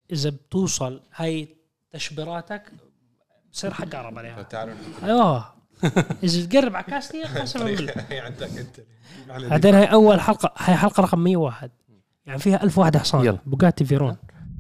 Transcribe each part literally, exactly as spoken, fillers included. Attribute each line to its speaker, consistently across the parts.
Speaker 1: اذا بتوصل هاي تشبيراتك بصير حقرب عليها. ايوه اذا تقرب على كاستي قسما بالله. بعدين هاي اول حلقه، هاي حلقه رقم مية وواحد، يعني فيها ألف واحد حصان بوغاتي فيرون.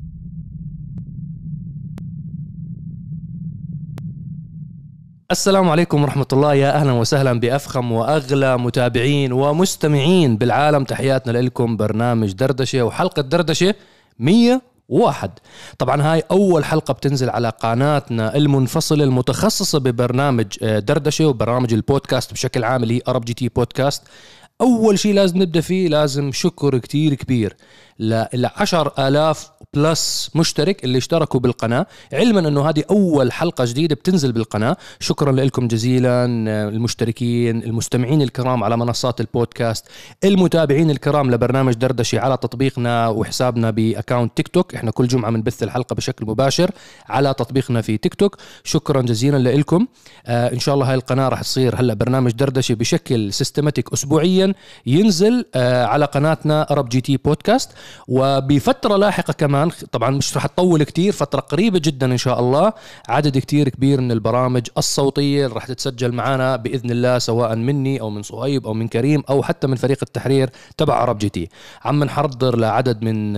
Speaker 2: السلام عليكم ورحمة الله، يا أهلا وسهلا بأفخم وأغلى متابعين ومستمعين بالعالم. تحياتنا لكم، برنامج دردشة وحلقة دردشة مية وواحد. طبعا هاي أول حلقة بتنزل على قناتنا المنفصلة المتخصصة ببرنامج دردشة وبرامج البودكاست بشكل عام اللي هي أرب جي تي بودكاست. أول شيء لازم نبدأ فيه، لازم شكر كتير كبير لعشر آلاف بلس مشترك اللي اشتركوا بالقناة، علما أنه هذه أول حلقة جديدة بتنزل بالقناة. شكرا لكم جزيلا المشتركين، المستمعين الكرام على منصات البودكاست، المتابعين الكرام لبرنامج دردشة على تطبيقنا وحسابنا بأكاونت تيك توك. احنا كل جمعة بنبث الحلقة بشكل مباشر على تطبيقنا في تيك توك. شكرا جزيلا لكم. آه إن شاء الله هاي القناة رح تصير هلأ برنامج دردشة بشكل سيستماتيك أسبوعيا ينزل آه على قناتنا أرب جي تي بودكاست، وبفترة لاحقة كمان، طبعا مش رح تطول كتير، فترة قريبة جدا إن شاء الله، عدد كتير كبير من البرامج الصوتية رح تتسجل معنا بإذن الله، سواء مني أو من صهيب أو من كريم أو حتى من فريق التحرير تبع أرب جي تي. عم نحضر لعدد من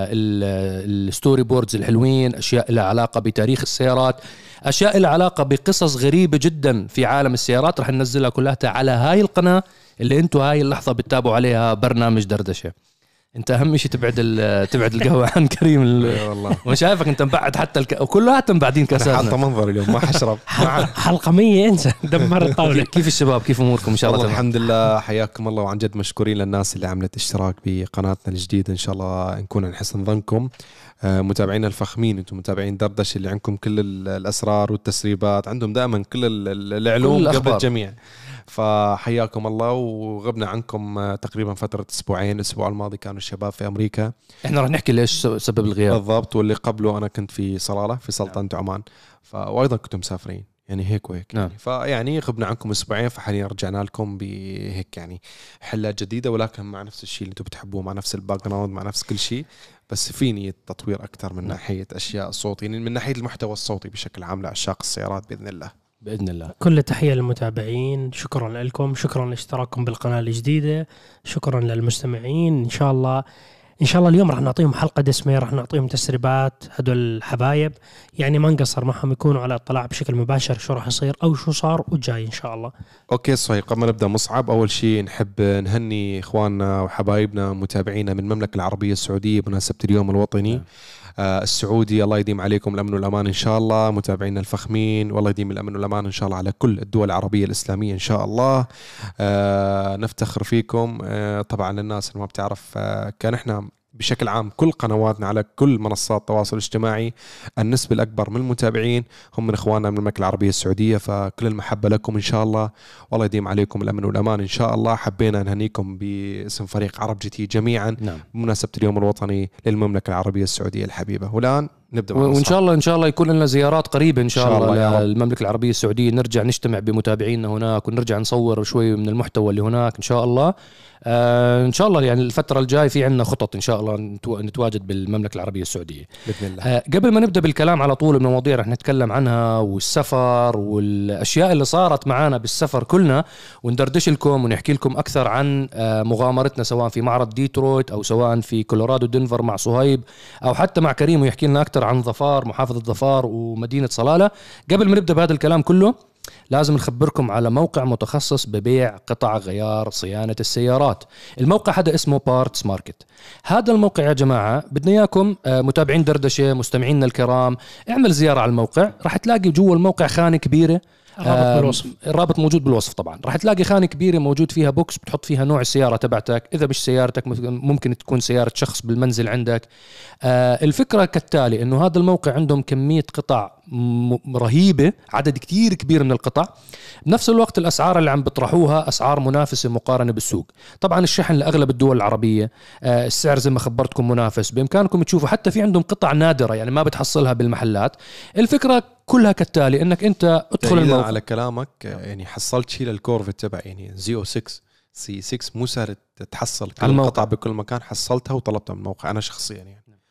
Speaker 2: الستوري بوردز الحلوين، أشياء لها علاقة بتاريخ السيارات، أشياء لها علاقة بقصص غريبة جدا في عالم السيارات، رح ننزلها كلها على هاي القناة اللي انتوا هاي اللحظة بتتابعوا عليها برنامج دردشة. انت اهم شيء تبعد تبعد القهوه عن كريم. والله ما شايفك انت مبعد حتى الك... كلها مبعدين كاساتنا.
Speaker 3: حتى منظر اليوم ما حشرب.
Speaker 1: حلقه مية انسى دمر الطاوله.
Speaker 2: كيف الشباب؟ كيف اموركم؟ ان شاء الله
Speaker 3: الحمد لله، حياكم الله، وعن جد مشكورين للناس اللي عملت اشتراك بقناتنا الجديده. ان شاء الله نكون عن حسن ظنكم. متابعين الفخمين، انتم متابعين دردش اللي عندكم كل الاسرار والتسريبات، عندهم دائما كل العلوم قبل الجميع. فحياكم الله. وغبنا عنكم تقريبا فترة أسبوعين. الأسبوع الماضي كانوا الشباب في أمريكا،
Speaker 2: إحنا رح نحكي ليش سبب الغياب
Speaker 3: بالضبط، واللي قبله أنا كنت في صلالة في سلطنة عمان، وأيضا كنتم مسافرين يعني هيك وهيك.
Speaker 2: نعم.
Speaker 3: يعني فيعني غبنا عنكم أسبوعين، فحاليا رجعنا لكم بهيك يعني حلات جديدة، ولكن مع نفس الشيء اللي أنتم بتحبوه، مع نفس الباك جراوند، مع نفس كل شيء، بس في نية تطوير أكثر من ناحية أشياء صوتي، يعني من ناحية المحتوى الصوتي بشكل عام لعشاق السيارات بإذن الله.
Speaker 2: بإذن الله.
Speaker 1: كل تحية للمتابعين، شكرا لكم، شكرا لاشتراككم بالقناة الجديدة، شكرا للمستمعين. إن شاء الله إن شاء الله اليوم رح نعطيهم حلقة دسمة، رح نعطيهم تسريبات هدول الحبايب، يعني ما نقصر معهم، يكونوا على اطلاع بشكل مباشر شو رح يصير أو شو صار وجاي إن شاء الله.
Speaker 3: أوكي صحيح. قبل ما نبدأ مصعب، أول شيء نحب نهني إخواننا وحبايبنا متابعينا من المملكة العربية السعودية بمناسبة اليوم الوطني آه السعودي. الله يديم عليكم الأمن والأمان إن شاء الله، متابعينا الفخمين، والله يديم الأمن والأمان إن شاء الله على كل الدول العربية الإسلامية إن شاء الله. آه نفتخر فيكم. آه طبعا للناس اللي ما بتعرف، آه كان إحنا بشكل عام كل قنواتنا على كل منصات التواصل الاجتماعي النسبة الأكبر من المتابعين هم من إخواننا من المملكة العربية السعودية، فكل المحبة لكم إن شاء الله، والله يديم عليكم الأمن والأمان إن شاء الله. حبينا نهنيكم باسم فريق عرب جي تي جميعا
Speaker 2: نعم.
Speaker 3: بمناسبة اليوم الوطني للمملكة العربية السعودية الحبيبة. والآن نبدأ،
Speaker 2: وإن شاء الله إن شاء الله يكون لنا زيارات قريبة إن شاء, شاء الله, الله للمملكة العربية السعودية، نرجع نجتمع بمتابعينا هناك ونرجع نصور شوي من المحتوى اللي هناك إن شاء الله. آه إن شاء الله يعني الفترة الجاي في عنا خطط إن شاء الله نتواجد بالمملكة العربية السعودية
Speaker 3: بإذن الله.
Speaker 2: آه قبل ما نبدأ بالكلام على طول من المواضيع رح نتكلم عنها والسفر والأشياء اللي صارت معنا بالسفر كلنا، وندردش لكم ونحكي لكم أكثر عن آه مغامرتنا سواء في معرض ديترويت أو سواء في كولورادو دنفر مع صهيب أو حتى مع كريم، ويحكي لنا أكثر عن ظفار، محافظة ظفار ومدينة صلالة. قبل ما نبدأ بهذا الكلام كله لازم نخبركم على موقع متخصص ببيع قطع غيار صيانة السيارات. الموقع هذا اسمه بارتس ماركت. هذا الموقع يا جماعة بدنا إياكم متابعين دردشة مستمعينا الكرام، اعمل زيارة على الموقع، راح تلاقي جوا الموقع خانة كبيرة،
Speaker 1: الرابط بالوصف.
Speaker 2: الرابط موجود بالوصف طبعا. راح تلاقي خانة كبيرة موجود فيها بوكس بتحط فيها نوع السيارة تبعتك، إذا مش سيارتك ممكن تكون سيارة شخص بالمنزل عندك. آه الفكرة كالتالي، إنه هذا الموقع عندهم كمية قطع رهيبة، عدد كتير كبير من القطع، بنفس الوقت الأسعار اللي عم بطرحوها أسعار منافسة مقارنة بالسوق. طبعا الشحن لأغلب الدول العربية، آه السعر زي ما خبرتكم منافس، بإمكانكم تشوفوا حتى في عندهم قطع نادرة يعني ما بتحصلها بالمحلات. الفكرة كلها كالتالي، انك انت ادخل الموقع.
Speaker 3: على كلامك يعني حصلت شيء للكورفت تبع يعني زيو ستة سي ستة، مو سهل تحصل كل القطع بكل مكان، حصلتها وطلبتها من الموقع انا شخصيا يعني.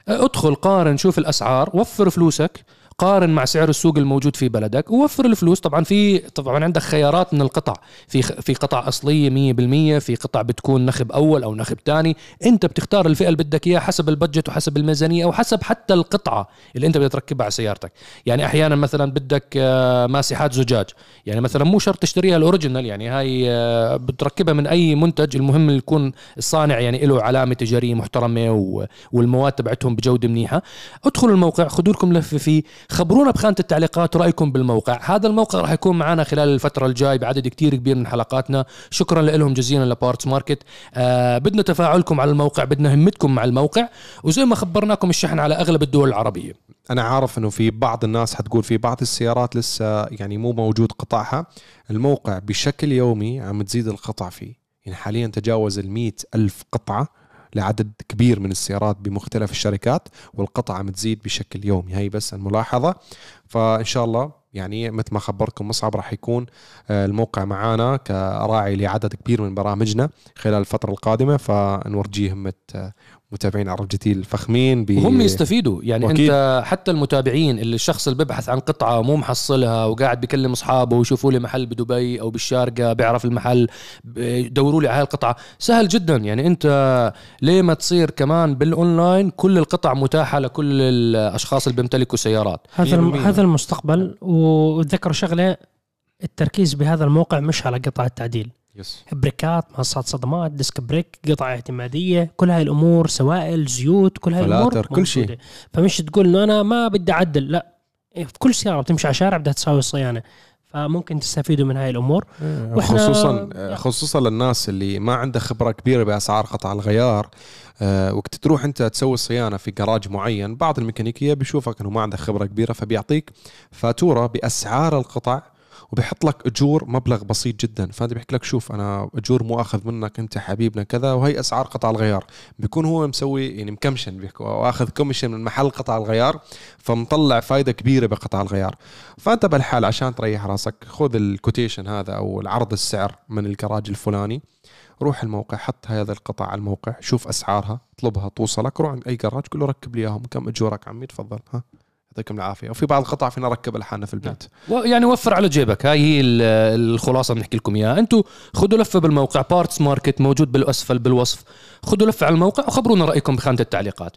Speaker 2: ادخل قارن، شوف الأسعار، وفر فلوسك، قارن مع سعر السوق الموجود في بلدك ووفر الفلوس. طبعا في طبعا عندك خيارات من القطع، في في قطع أصلية مية بالمية، في قطع بتكون نخب أول أو نخب تاني، أنت بتختار الفئة اللي بدك إياها حسب البادجت وحسب الميزانية أو حسب حتى القطعة اللي أنت بدك تركبها على سيارتك. يعني أحيانا مثلا بدك ماسحات زجاج، يعني مثلا مو شرط تشتريها الأوريجينال، يعني هاي بتركبها من أي منتج، المهم يكون الصانع يعني له علامة تجارية محترمة والمواد تبعتهم بجودة منيحة. ادخلوا الموقع، خدوا لكم لفة فيه، خبرونا بخانة التعليقات رأيكم بالموقع. هذا الموقع راح يكون معنا خلال الفترة الجاي بعدد كتير كبير من حلقاتنا. شكرا لهم جزيلا لبارتس ماركت. آه بدنا تفاعلكم على الموقع، بدنا همتكم مع الموقع، وزي ما خبرناكم الشحن على أغلب الدول العربية.
Speaker 3: أنا عارف أنه في بعض الناس حتقول في بعض السيارات لسه يعني مو موجود قطعها. الموقع بشكل يومي عم تزيد القطع فيه، يعني حاليا تجاوز المئة ألف قطعة لعدد كبير من السيارات بمختلف الشركات، والقطعة عم تزيد بشكل يومي. هاي بس الملاحظة. فإن شاء الله يعني مثل ما خبركم مصعب راح يكون الموقع معانا كراعي لعدد كبير من برامجنا خلال الفترة القادمة، فنورجيه همة متابعين عرب جتيل الفخمين بي...
Speaker 2: وهم يستفيدوا. يعني
Speaker 3: وكيد.
Speaker 2: انت حتى المتابعين اللي الشخص اللي ببحث عن قطعة ومو محصلها وقاعد بيكلم اصحابه ويشوفوا لي محل بدبي او بالشارقة بيعرف المحل، دوروا لي على هاي القطعة، سهل جدا. يعني انت ليه ما تصير كمان بالاونلاين كل القطع متاحة لكل الاشخاص اللي بيمتلكوا سيارات.
Speaker 1: هذا الم... هذا المستقبل. وتذكروا شغلة، التركيز بهذا الموقع مش على قطع التعديل،
Speaker 3: يس.
Speaker 1: بريكات، منصات صدمات، ديسك بريك، قطع اعتمادية، كل هاي الأمور، سوائل، زيوت، كل هاي الأمور
Speaker 3: كل شيء.
Speaker 1: فمش تقول إنه أنا ما بدي أعدل، لا، في كل سيارة بتمشي على شارع بدها تساوي الصيانة، فممكن تستفيدوا من هاي الأمور.
Speaker 3: خصوصا خصوصا للناس اللي ما عنده خبرة كبيرة بأسعار قطع الغيار. أه وقت تروح أنت تسوي الصيانة في جراج معين، بعض الميكانيكية بيشوفك أنه ما عندك خبرة كبيرة، فبيعطيك فاتورة بأسعار القطع وبيحط لك أجور مبلغ بسيط جدا. فهذا بيحكي لك شوف أنا أجور مو أخذ منك أنت حبيبنا كذا، وهي أسعار قطع الغيار. بيكون هو مسوي يعني مكمشن، بيحكوا وأخذ كوميشن من محل قطع الغيار، فمطلع فايدة كبيرة بقطع الغيار. فأنت بالحال عشان تريح راسك خذ الكوتيشن هذا أو العرض السعر من الجراج الفلاني، روح الموقع، حط هذا القطع على الموقع، شوف أسعارها، طلبها توصلك، روح عند أي جراج قل له ركب لي إياهم، كم أجورك عمي تفضل، ها يعطيكم العافية. وفي بعض القطع فينا نركب لحالنا في البيت.
Speaker 2: يعني وفر على جيبك. هاي هي الخلاصة بنحكي لكم إياها. أنتوا خدوا لفة بالموقع، بارتس ماركت موجود بالأسفل بالوصف، خدوا لفة على الموقع وخبرونا رأيكم بخانة التعليقات.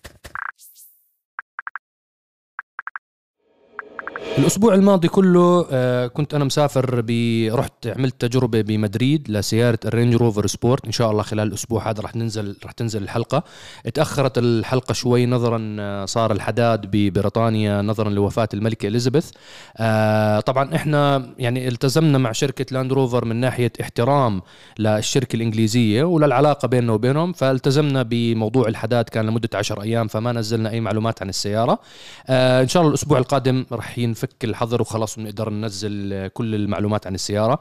Speaker 2: الأسبوع الماضي كله آه كنت أنا مسافر، رحت عملت تجربة بمدريد لسيارة الرينج روفر سبورت. إن شاء الله خلال الأسبوع هذا رح ننزل رح تنزل الحلقة. اتأخرت الحلقة شوي نظرا آه صار الحداد ببريطانيا نظرا لوفاة الملكة إليزابيث. آه طبعا إحنا يعني التزمنا مع شركة لاند روفر من ناحية احترام للشركة الإنجليزية وللعلاقة بيننا وبينهم، فالتزمنا بموضوع الحداد كان لمدة عشر أيام، فما نزلنا أي معلومات عن السيارة. آه إن شاء الله الأسبوع القادم رح ينفك الحظر وخلاص بنقدر ننزل كل المعلومات عن السيارة.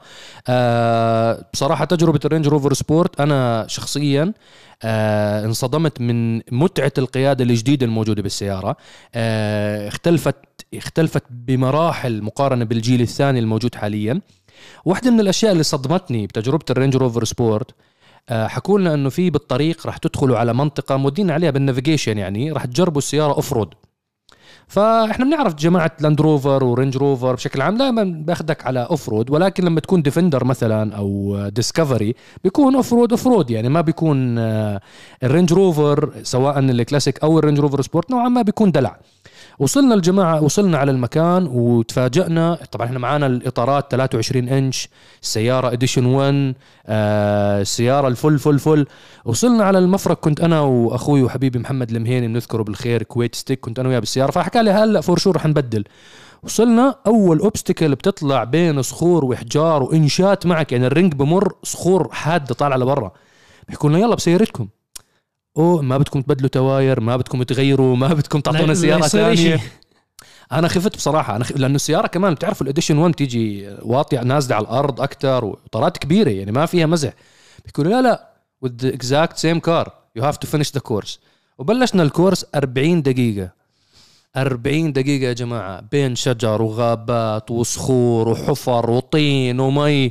Speaker 2: أه بصراحة تجربة الرينج روفر سبورت أنا شخصيا أه انصدمت من متعة القيادة الجديدة الموجودة بالسيارة. أه اختلفت اختلفت بمراحل مقارنة بالجيل الثاني الموجود حاليا. واحدة من الأشياء اللي صدمتني بتجربة الرينج روفر سبورت، أه حكوا لنا أنه في بالطريق رح تدخلوا على منطقة مودين عليها بالنافيجيشن، يعني رح تجربوا السيارة أفرود. فاحنا بنعرف جماعه لاند روفر ورينج روفر بشكل عام دائما باخذك على اوفرود، ولكن لما تكون ديفندر مثلا او ديسكفري بيكون اوفرود اوفرود، يعني ما بيكون الرينج روفر سواء الكلاسيك او الرينج روفر سبورت نوعا ما بيكون دلع. وصلنا الجماعة وصلنا على المكان وتفاجأنا. طبعا احنا معانا الإطارات ثلاثة وعشرين إنش، السيارة إديشن واحد، آه السيارة الفل فل فل. وصلنا على المفرق، كنت أنا وأخوي وحبيبي محمد المهيني بنذكره بالخير كويت ستيك، كنت أنا وياه بالسيارة، فحكى لي هلأ فور شور رح نبدل. وصلنا أول أوبستيكل بتطلع بين صخور وحجار وإنشات معك، يعني الرنج بمر صخور حادة طالعة لبرا، بيحكوا لنا يلا بسيارتكم، أوه ما بدكم تبدلوا تواير، ما بدكم تغيروا، ما بدكم تعطونا سيارة ثانية. أنا خفت بصراحة، أنا خ... لأنه السيارة كمان بتعرفوا الإديشن واحد تيجي واطية نازلة على الأرض أكتر وطارات كبيرة، يعني ما فيها مزح. بيقولوا لا لا with the exact same car you have to finish the course. وبلشنا الكورس أربعين دقيقة أربعين دقيقة يا جماعة، بين شجر وغابات وصخور وحفر وطين ومي.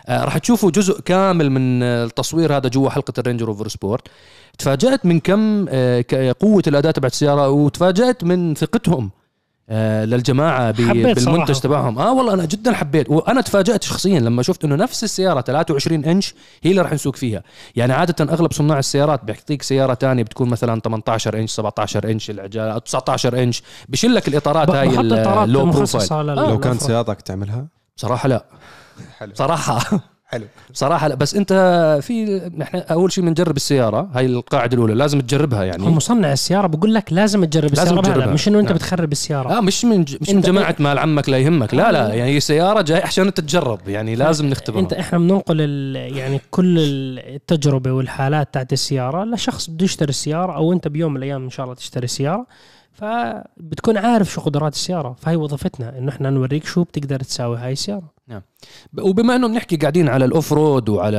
Speaker 2: آه راح تشوفوا جزء كامل من التصوير هذا جوا حلقة الرينج روفر سبورت. تفاجأت من كم آه قوة الأداء تبعت السيارة، وتفاجأت من ثقتهم آه للجماعة بالمنتج تبعهم. اه والله انا جدا حبيت، وانا تفاجأت شخصيا لما شفت انه نفس السيارة ثلاثة وعشرين انش هي اللي راح نسوق فيها. يعني عادة اغلب صناع السيارات بيعطيك سيارة تانية بتكون مثلا ثمانية عشر انش سبعة عشر انش العجالة تسعة عشر انش، بيشيل لك الاطارات هاي اللو بروفايل.
Speaker 3: آه لو كانت سيارتك تعملها
Speaker 2: بصراحة لا
Speaker 3: حلو
Speaker 2: صراحة
Speaker 3: حلو
Speaker 2: بصراحة لا. بس انت في نحن اول شيء بنجرب السيارة، هاي القاعدة الاولى لازم تجربها. يعني
Speaker 1: مصنع السيارة بقول لك لازم تجرب السيارة بهذا، مش انه انت نعم. بتخرب السيارة.
Speaker 2: اه مش من ج... مش من جماعة مال عمك لا يهمك، لا لا يعني هي سيارة جاي عشان انت تجرب، يعني لازم نختبرها.
Speaker 1: انت احنا بننقل يعني كل التجربة والحالات تاعت السيارة لشخص بده يشتري السيارة، او انت بيوم من الايام ان شاء الله تشتري سيارة، فبتكون عارف شو قدرات السيارة. فهي وظيفتنا انه احنا نوريك شو بتقدر تساوي هاي السيارة.
Speaker 2: نعم. وبما انه بنحكي قاعدين على الاوف رود وعلى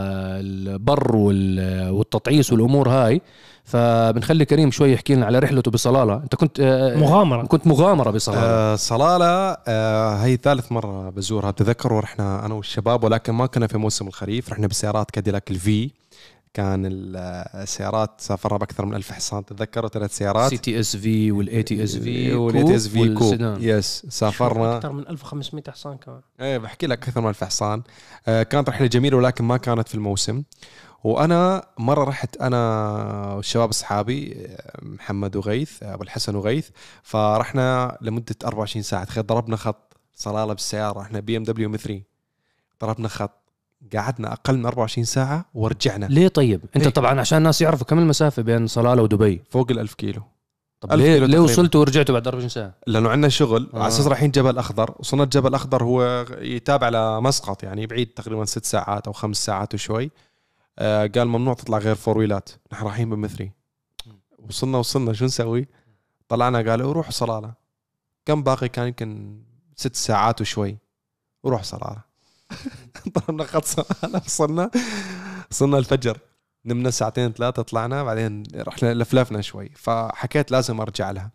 Speaker 2: البر والتطعيس والامور هاي، فبنخلي كريم شوي يحكي لنا على رحلته بصلالة. انت كنت
Speaker 1: مغامرة
Speaker 2: كنت مغامرة بصلالة.
Speaker 3: آه صلالة آه هي ثالث مرة بزورها. بتذكر ورحنا انا والشباب، ولكن ما كنا في موسم الخريف، رحنا بسيارات كاديلاك الفي. كان السيارات سافرنا بأكثر من ألف حصان. تذكروا ثلاث سيارات
Speaker 2: سي تي اس في والاي تي اس في
Speaker 3: والاي تي اس في كوب. يس سافرنا
Speaker 1: أكثر من ألف وخمسمية حصان كمان.
Speaker 3: ايه بحكي لك أكثر من ألف حصان. آه كانت رحلة جميلة ولكن ما كانت في الموسم. وأنا مرة رحت أنا والشباب أصحابي محمد وغيث أبو الحسن وغيث، فرحنا لمدة أربعة وعشرين ساعة. تخيل ضربنا خط صلالة بالسيارة، احنا بي ام دبليو ام ثلاثة، ضربنا خط قعدنا أقل من أربعة وعشرين ساعة ورجعنا.
Speaker 2: ليه طيب؟ أنت إيه؟ طبعا عشان الناس يعرفوا كم المسافة بين صلالة ودبي.
Speaker 3: فوق الألف كيلو.
Speaker 2: طب ليه ليه وصلتوا ورجعتوا بعد أربعة وعشرين ساعة؟
Speaker 3: لأنه عندنا شغل آه. على أساس رايحين جبل أخضر. وصلنا الجبل الأخضر هو يتابع لمسقط، يعني بعيد تقريبا ست ساعات أو خمس ساعات وشوي. آه قال ممنوع تطلع غير فور ويلات. نحن رايحين بمثري. وصلنا وصلنا شو نسوي؟ طلعنا قالوا روح صلالة. كم باقي؟ كان يمكن ست ساعات وشوي وروح صلالة. ضربنا خط صلالة. وصلنا وصلنا الفجر، نمنا ساعتين ثلاثة، طلعنا بعدين رحنا لفلفنا شوي. فحكيت لازم أرجع لها،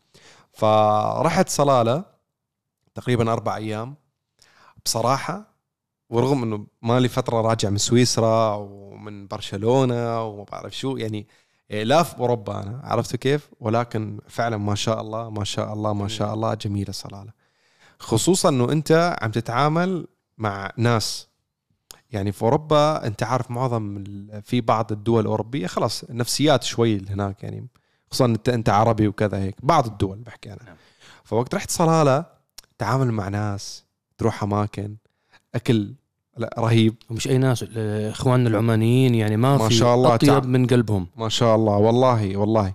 Speaker 3: فرحت صلالة تقريبا أربع أيام بصراحة. ورغم أنه مالي فترة راجع من سويسرا ومن برشلونة وما بعرف شو، يعني لا في أوروبا أنا عرفتوا كيف، ولكن فعلا ما شاء الله ما شاء الله ما شاء الله جميلة صلالة. خصوصا أنه أنت عم تتعامل مع ناس، يعني في أوروبا أنت عارف معظم في بعض الدول الأوروبية خلاص نفسيات شوي هناك، يعني خصوصا أنت أنت عربي وكذا هيك بعض الدول بحكي أنا. فوقت رحت صلالة تعامل مع ناس، تروح أماكن، أكل لا رهيب.
Speaker 2: ومش أي ناس، إخواننا العمانيين يعني ما,
Speaker 3: ما
Speaker 2: في
Speaker 3: شاء الله
Speaker 2: أطيب من قلبهم
Speaker 3: ما شاء الله والله والله.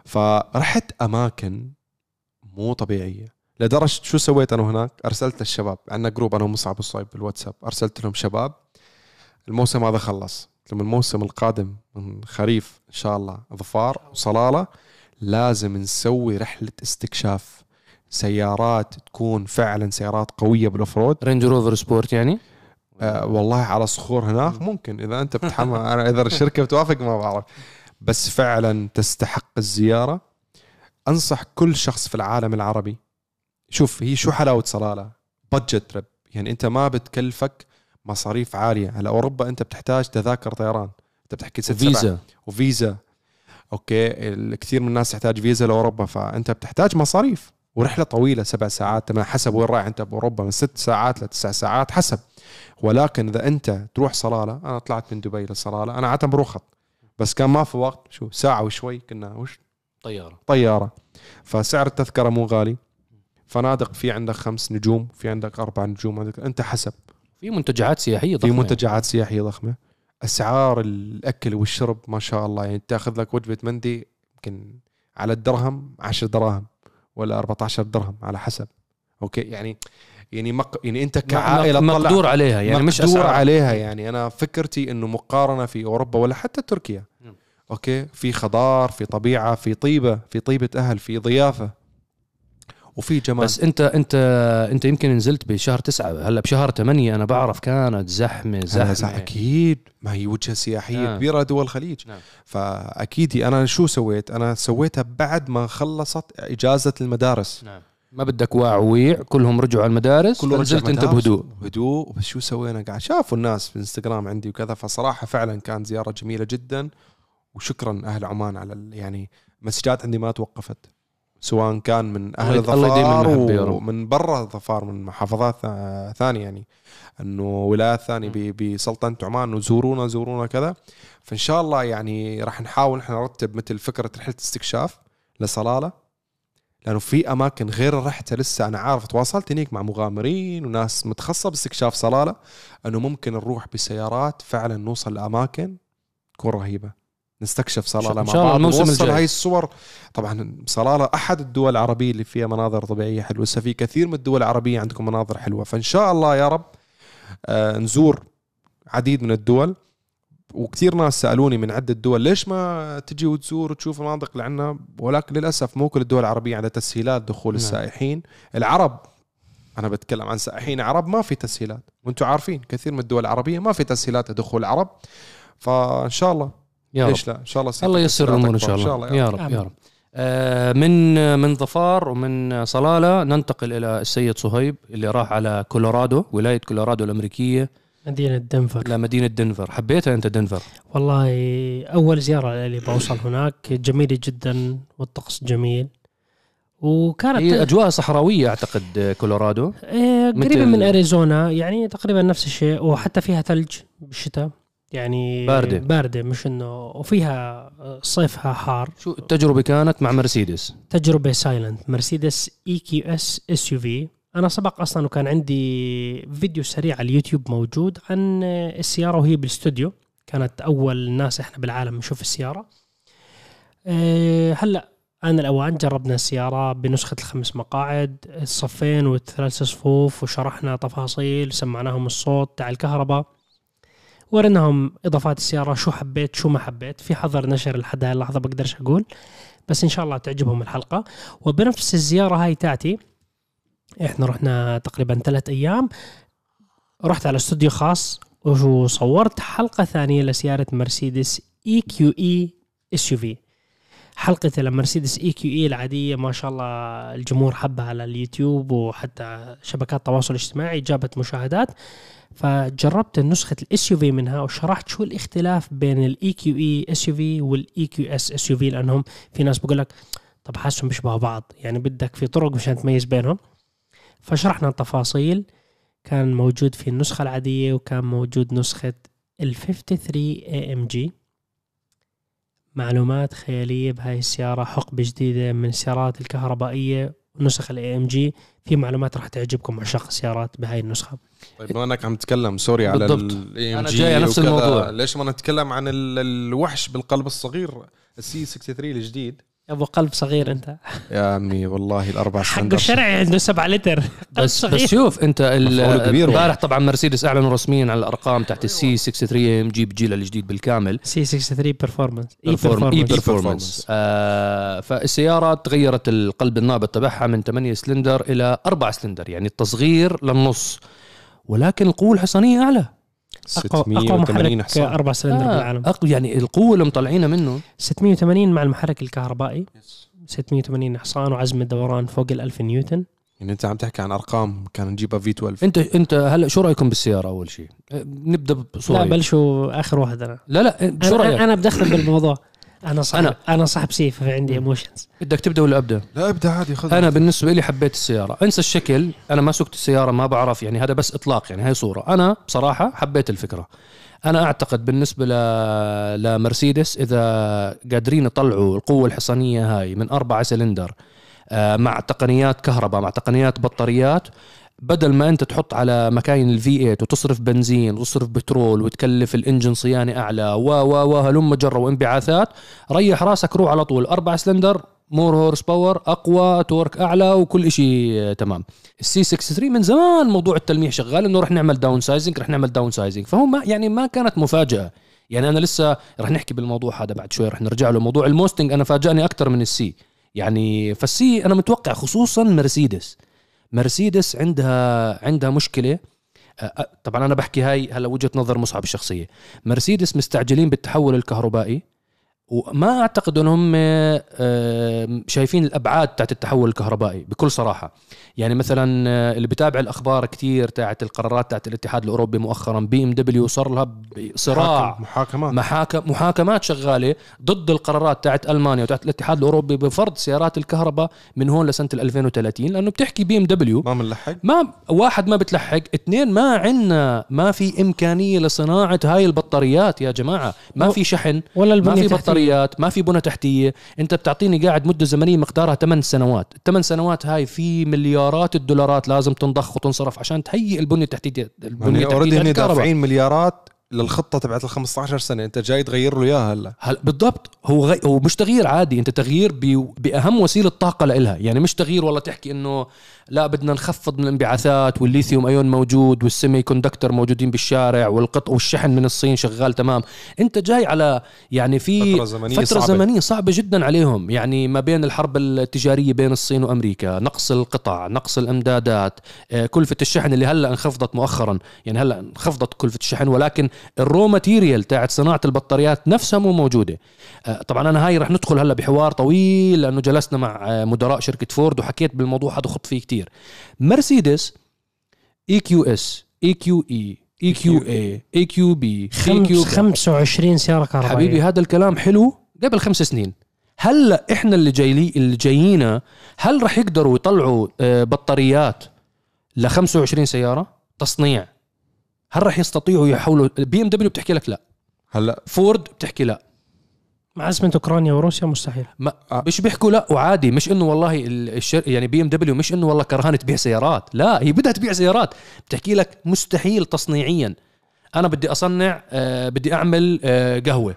Speaker 3: فرحت أماكن مو طبيعية لدرجة شو سويت أنا هناك؟ أرسلت للشباب، عندنا جروب أنا ومصعب الصايب بالواتساب، أرسلت لهم شباب الموسم هذا خلص، لما الموسم القادم من خريف إن شاء الله ظفار وصلالة لازم نسوي رحلة استكشاف سيارات تكون فعلا سيارات قوية بالأفرود.
Speaker 2: رينج روفر سبورت يعني
Speaker 3: آه والله على صخور هناك ممكن إذا أنت بتحمل. أنا إذا الشركة بتوافق ما بعرف، بس فعلا تستحق الزيارة. أنصح كل شخص في العالم العربي. شوف هي شو حلاوة صلالة، بادجت تريب، يعني أنت ما بتكلفك مصاريف عالية. على أوروبا أنت بتحتاج تذاكر طيران، أنت بتحكي ست
Speaker 2: فيزا
Speaker 3: وفيزا أوكي. الكثير من الناس يحتاج فيزا لأوروبا، فأنت بتحتاج مصاريف. ورحلة طويلة سبع ساعات تمام، حسب وين رايح أنت بأوروبا، من ست ساعات لتسع ساعات حسب. ولكن إذا أنت تروح صلالة، أنا طلعت من دبي لصلالة، أنا عادة بروح خط بس كان ما في وقت، شو ساعة وشوي كنا وش
Speaker 2: طيارة
Speaker 3: طيارة. فسعر التذكرة مو غالي. فنادق في عندك خمس نجوم، في عندك أربع نجوم، عندك أنت حسب.
Speaker 2: في منتجعات سياحية ضخمة،
Speaker 3: في منتجعات سياحية ضخمة. أسعار الأكل والشرب ما شاء الله، يعني تأخذ لك وجبة مندي يمكن على الدرهم عشر دراهم ولا أربعة عشر درهم على حسب. أوكي يعني يعني مق... يعني أنت كعائلة
Speaker 2: مقدور عليها، يعني مش
Speaker 3: مقدور عليها. يعني أنا فكرتي إنه مقارنة في أوروبا ولا حتى تركيا م. أوكي في خضار، في طبيعة، في طيبة، في طيبة أهل، في ضيافة وفي جمال.
Speaker 2: بس انت انت انت يمكن نزلت بشهر تسعة، هلا بشهر ثمانية انا بعرف كانت زحمه زحمه
Speaker 3: اكيد، ما هي وجهه سياحيه نعم. كبيره دول الخليج نعم. فاكيد انا شو سويت؟ انا سويتها بعد ما خلصت اجازه المدارس نعم.
Speaker 2: ما بدك واعويع، كلهم رجعوا على المدارس،
Speaker 3: كله
Speaker 2: نزلت انت بهدوء
Speaker 3: بهدوء. بس شو سوينا؟ قاعد شافوا الناس في انستغرام عندي وكذا. فصراحة فعلا كان زيارة جميلة جدا، وشكرا أهل عمان على يعني مسجات عندي ما توقفت، سواء كان من أهل ظفار ومن برا ظفار من محافظات ثانية، يعني أنه ولايات ثانية بسلطنة عمان، وزورونا زورونا كذا. فإن شاء الله يعني راح نحاول نحن نرتب مثل فكرة رحلة استكشاف لصلالة، لأنه في أماكن غير رحتها لسه. أنا عارف تواصلت هناك مع مغامرين وناس متخصصة باستكشاف صلالة، أنه ممكن نروح بسيارات فعلا نوصل لأماكن تكون رهيبة، نستكشف صلالة مع بعض، نوصل هاي الصور. طبعا صلالة أحد الدول العربية اللي فيها مناظر طبيعية حلوة، في كثير من الدول العربية عندكم مناظر حلوة. فإن شاء الله يا رب آه نزور عديد من الدول. وكثير ناس سألوني من عدة دول ليش ما تجي وتزور وتشوف المناطق اللي عندنا، ولكن للأسف مو كل الدول العربية عندها تسهيلات دخول السائحين العرب. أنا بتكلم عن سائحين عرب ما في تسهيلات، وانتم عارفين كثير من الدول العربية ما في تسهيلات لدخول العرب. فإن شاء الله
Speaker 2: يا
Speaker 3: ليش لا، إن شاء الله
Speaker 2: الله ييسر الأمور إن شاء الله, شاء الله يا رب, يا رب. يا رب. آه من من ظفار ومن صلالة ننتقل إلى السيد صهيب اللي راح على كولورادو، ولاية كولورادو الأمريكية،
Speaker 1: مدينة دنفر.
Speaker 2: لا مدينة دنفر. حبيتها أنت دنفر؟
Speaker 1: والله أول زيارة اللي بوصل هناك جميلة جدا، والطقس جميل، وكانت
Speaker 2: هي أجواء صحراوية أعتقد كولورادو،
Speaker 1: إيه قريبة من أريزونا، يعني تقريبا نفس الشيء، وحتى فيها ثلج بالشتاء، يعني
Speaker 2: باردة
Speaker 1: باردة مش إنه، وفيها صيفها حار.
Speaker 2: شو التجربة كانت مع مرسيدس؟
Speaker 1: تجربة سايلنت مرسيدس إي كيو إس إس يو في. أنا سبق أصلا وكان عندي فيديو سريع على اليوتيوب موجود عن السيارة وهي بالاستوديو، كانت أول ناس إحنا بالعالم نشوف السيارة. أه هلأ أنا الأوان جربنا السيارة بنسخة الخمس مقاعد، الصفين والثلاث صفوف، وشرحنا تفاصيل، سمعناهم الصوت تاع الكهرباء، ورناهم إضافات السيارة، شو حبيت شو ما حبيت. في حظر نشر لحد هاي اللحظة بقدرش أقول، بس إن شاء الله تعجبهم الحلقة. وبنفس الزيارة هاي تاعتي إحنا رحنا تقريبا ثلاث أيام، رحت على استوديو خاص وصورت حلقة ثانية لسيارة مرسيدس إي كيو إي إس يو في. حلقة المرسيدس إي كيو إي العادية ما شاء الله الجمهور حبها على اليوتيوب وحتى شبكات التواصل الاجتماعي، جابت مشاهدات. فجربت النسخة الإس يو في منها وشرحت شو الاختلاف بين الإي كيو إي إس يو في والإي كيو إس إس يو في، لأنهم في ناس بقول لك طب حاسهم بيشبهوا بعض، يعني بدك في طرق مشان تميز بينهم. فشرحنا التفاصيل، كان موجود في النسخة العادية وكان موجود نسخة ال ثلاثة وخمسين إيه إم جي. معلومات خيالية بهاي السيارة، حقبة جديدة من السيارات الكهربائية. نسخ ال إيه إم جي في معلومات راح تعجبكم عشاق السيارات بهاي النسخة.
Speaker 3: طيب ما انك عم تتكلم سوري على ال إيه إم جي،
Speaker 2: أنا جاي نفس الموضوع،
Speaker 3: ليش ما نتكلم عن الوحش بالقلب الصغير السي ستة وستين الجديد؟
Speaker 1: أبو قلب صغير أنت
Speaker 3: يا عمي والله الأربع
Speaker 1: حق الشرعي عنده سبعة لتر
Speaker 2: بس, بس شوف أنت البارح طبعا مرسيدس أعلنوا رسميا على الأرقام تحت السي ستة وستين إم جي بجيل الجديد بالكامل،
Speaker 1: سي ستة وستين بيرفورمانس
Speaker 2: إي بيرفورمانس. آه فالسيارة تغيرت القلب النابض تبعها من ثمانية سلندر إلى أربعة سلندر، يعني التصغير للنص، ولكن القوة الحصانية أعلى،
Speaker 3: ستمية وثمانين حصان،
Speaker 1: أربع سلندر
Speaker 2: آه
Speaker 1: بالعالم.
Speaker 2: أقوى يعني القوة اللي مطلعينها منه
Speaker 1: ستمية وثمانين مع المحرك الكهربائي، ستمية وثمانين حصان وعزم الدوران فوق الألف نيوتن.
Speaker 3: يعني أنت عم تحكي عن أرقام كان نجيبها في اثناشر.
Speaker 2: أنت أنت هلا شو رأيكم بالسيارة أول شيء؟ نبدأ بصورة.
Speaker 1: لا بلشوا آخر واحد أنا.
Speaker 2: لا لا شو رأيك؟
Speaker 1: أنا بدخل بالموضوع. أنا صاحب أنا, أنا صاحب سيف عندي إيموشنز.
Speaker 2: بدك تبدأ ولا أبدأ؟
Speaker 3: لا أبدأ عادي خذ.
Speaker 2: أنا بالنسبة لي حبيت السيارة، أنسى الشكل، أنا ما سوقت السيارة ما بعرف، يعني هذا بس إطلاق، يعني هاي صورة. أنا بصراحة حبيت الفكرة. أنا أعتقد بالنسبة ل... لمرسيدس إذا قادرين يطلعوا القوة الحصانية هاي من أربعة سلندر مع تقنيات كهرباء مع تقنيات بطاريات، بدل ما أنت تحط على مكاين الفي ثمانية وتصرف بنزين وتصرف بترول وتكلف الإنجن صيانة أعلى و و و هلم جرة وانبعاثات، ريح راسك روح على طول أربعة سلندر، مور هورس باور، أقوى، تورك أعلى، وكل إشي تمام. السي ستة وستين من زمان موضوع التلميح شغال، إنه رح نعمل داون سايزنج رح نعمل داون سايزنج فهو ما يعني ما كانت مفاجأة. يعني أنا لسه رح نحكي بالموضوع هذا بعد شوي، رح نرجع له. موضوع الموستنج أنا فاجأني أكتر من السي، يعني فالسي أنا متوقع خصوصا مرسيدس مرسيدس عندها عندها مشكلة. طبعا أنا بحكي هاي هلا وجهة نظر مصعب الشخصية. مرسيدس مستعجلين بالتحول الكهربائي وما أعتقد أنهم شايفين الأبعاد تاعت التحول الكهربائي بكل صراحة. يعني مثلا اللي بتابع الأخبار كتير تاعت القرارات تاعت الاتحاد الأوروبي مؤخرا، بي ام دبليو صار لها صراع
Speaker 3: محاكمات
Speaker 2: محاكم محاكمات شغالة ضد القرارات تاعت ألمانيا وتاعت الاتحاد الأوروبي بفرض سيارات الكهرباء من هون لسنة ألفين وثلاثين، لأنه بتحكي بي ام دبليو
Speaker 3: ما منلحق،
Speaker 2: ما واحد ما بتلحق، اثنين ما عنا ما في إمكانية لصناعة هاي البطاريات يا جماعة، ما في شحن
Speaker 1: ولا
Speaker 2: ما في
Speaker 1: تحتية.
Speaker 2: بطاريات، ما في بنى تحتية. انت بتعطيني قاعد مدة زمنية مقدارها ثمان سنوات، الثمان سنوات هاي في مليارات الدولارات لازم تنضخ وتنصرف عشان تهيئ البنية التحتية. البنية
Speaker 3: التحتية
Speaker 2: التحتية
Speaker 3: دافعين مليارات للخطة تبعت ال خمسة عشر سنة، انت جاي تغير له اياها هلا.
Speaker 2: هل بالضبط، هو غي... هو مش تغيير عادي، انت تغيير ب... باهم وسيله طاقه لإلها. يعني مش تغيير والله تحكي انه لا بدنا نخفض من الانبعاثات والليثيوم ايون موجود والسيمي كوندكتور موجودين بالشارع والقطع والشحن من الصين شغال تمام. انت جاي على يعني في
Speaker 3: فتره زمنيه
Speaker 2: فتره
Speaker 3: صعبة.
Speaker 2: زمنيه صعبه جدا عليهم، يعني ما بين الحرب التجاريه بين الصين وامريكا، نقص القطع، نقص الامدادات، كلفه الشحن اللي هلا انخفضت مؤخرا. يعني هلا انخفضت كلفه الشحن ولكن الرو ماتيريال تاعت صناعه البطاريات نفسها مو موجوده. طبعا انا هاي رح ندخل هلا بحوار طويل لانه جلسنا مع مدراء شركه فورد وحكيت بالموضوع هذا وخط فيه كتير. مرسيدس اي كيو اس، اي كيو اي، اي كيو اي، اي كيو بي،
Speaker 1: خمسة وعشرين سياره كهربائيه.
Speaker 2: حبيبي هذا الكلام حلو قبل خمس سنين. هلا احنا اللي جايين اللي جايينا هل رح يقدروا يطلعوا بطاريات ل خمسة وعشرين سياره تصنيع؟ هل رح يستطيعوا يحولوا؟ بي ام دبليو بتحكي لك لا،
Speaker 3: هلا
Speaker 2: فورد بتحكي لا،
Speaker 1: مع أزمة أوكرانيا وروسيا مستحيل.
Speaker 2: ما مش بيحكوا لا وعادي. مش انه والله الشر يعني بي ام دبليو مش انه والله كرهانه تبيع سيارات، لا هي بدها تبيع سيارات، بتحكي لك مستحيل تصنيعيا. انا بدي اصنع آه بدي اعمل آه قهوه،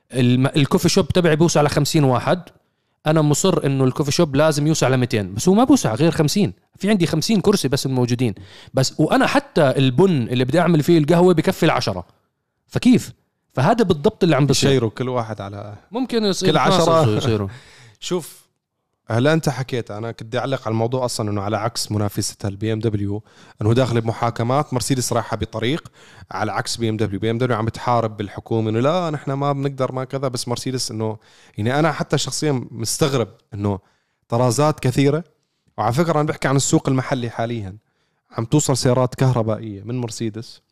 Speaker 2: الكوفي شوب تبعي بيوسع على خمسين واحد، انا مصر انه الكوفي شوب لازم يوسع على مئتين، بس هو ما بيوسع غير خمسين، في عندي خمسين كرسي بس الموجودين بس، وانا حتى البن اللي بدي اعمل فيه القهوه بكفي العشرة. فكيف؟ فهذا بالضبط اللي عم بيصير.
Speaker 3: يشيروا كل واحد على
Speaker 2: ممكن يصير
Speaker 3: كل عشرة
Speaker 2: يصيروا.
Speaker 3: شوف هلا انت حكيت، انا كنت اعلق على الموضوع اصلا انه على عكس منافستها البي ام دبليو انه داخل بمحاكمات، مرسيدس رايحه بطريق على عكس بي ام دبليو. بي ام دبليو عم بتحارب بالحكومه انه لا نحن ما بنقدر ما كذا، بس مرسيدس انه يعني انا حتى شخصيا مستغرب انه طرازات كثيره. وعلى فكره انا بحكي عن السوق المحلي حاليا، عم توصل سيارات كهربائيه من مرسيدس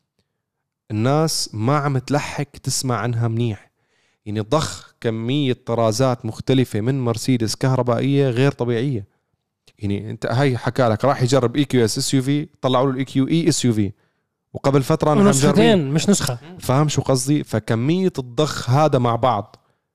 Speaker 3: الناس ما عم تلحق تسمع عنها منيح. يعني ضخ كمية طرازات مختلفة من مرسيدس كهربائية غير طبيعية. يعني انت هاي حكى لك راح يجرب اي كيو اس اس يو في، طلعوا له الاي كيو اي اس يو في، وقبل فترة نحن
Speaker 1: نسختين مش نسخة.
Speaker 3: فاهم شو قصدي؟ فكمية الضخ هذا مع بعض،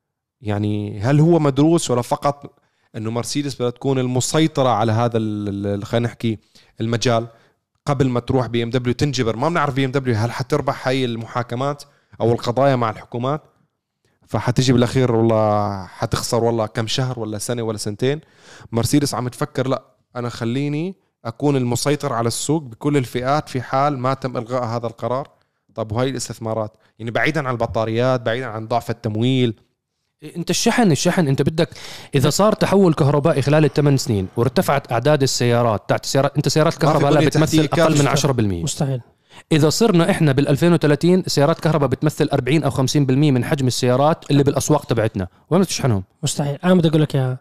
Speaker 3: يعني هل هو مدروس ولا فقط انه مرسيدس بدها تكون المسيطرة على هذا خلينا نحكي المجال قبل ما تروح بي ام دبليو تنجبر؟ ما بنعرف بي ام دبليو هل حتربح هاي المحاكمات او القضايا مع الحكومات، فحتجي بالاخير والله حتخسر والله كم شهر ولا سنه ولا سنتين. مرسيدس عم تفكر لا انا خليني اكون المسيطر على السوق بكل الفئات في حال ما تم الغاء هذا القرار. طب وهي الاستثمارات يعني بعيدا عن البطاريات، بعيدا عن ضعف التمويل،
Speaker 2: انت الشحن الشحن انت بدك اذا صار تحول كهربائي خلال الثمان سنين وارتفعت اعداد السيارات تاعت السيارات، انت سيارات الكهرباء لا بتمثل اقل من عشرة بالمية
Speaker 1: مستحيل.
Speaker 2: اذا صرنا احنا بال ألفين وثلاثين سيارات كهرباء بتمثل أربعين او خمسين بالمية من حجم السيارات اللي بالاسواق تبعتنا، وين بتشحنهم؟
Speaker 1: مستحيل. انا بدي اقول لك يا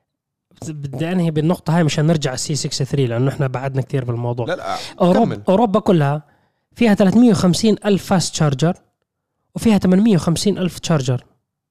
Speaker 1: بدي انهي بالنقطه هاي مشان نرجع السي ستة وستين لانه احنا بعدنا كثير بالموضوع.
Speaker 3: لا لا
Speaker 1: اوروبا اوروبا كلها فيها ثلاثمية وخمسين الف فاست شارجر وفيها ثمانمية وخمسين الف شارجر.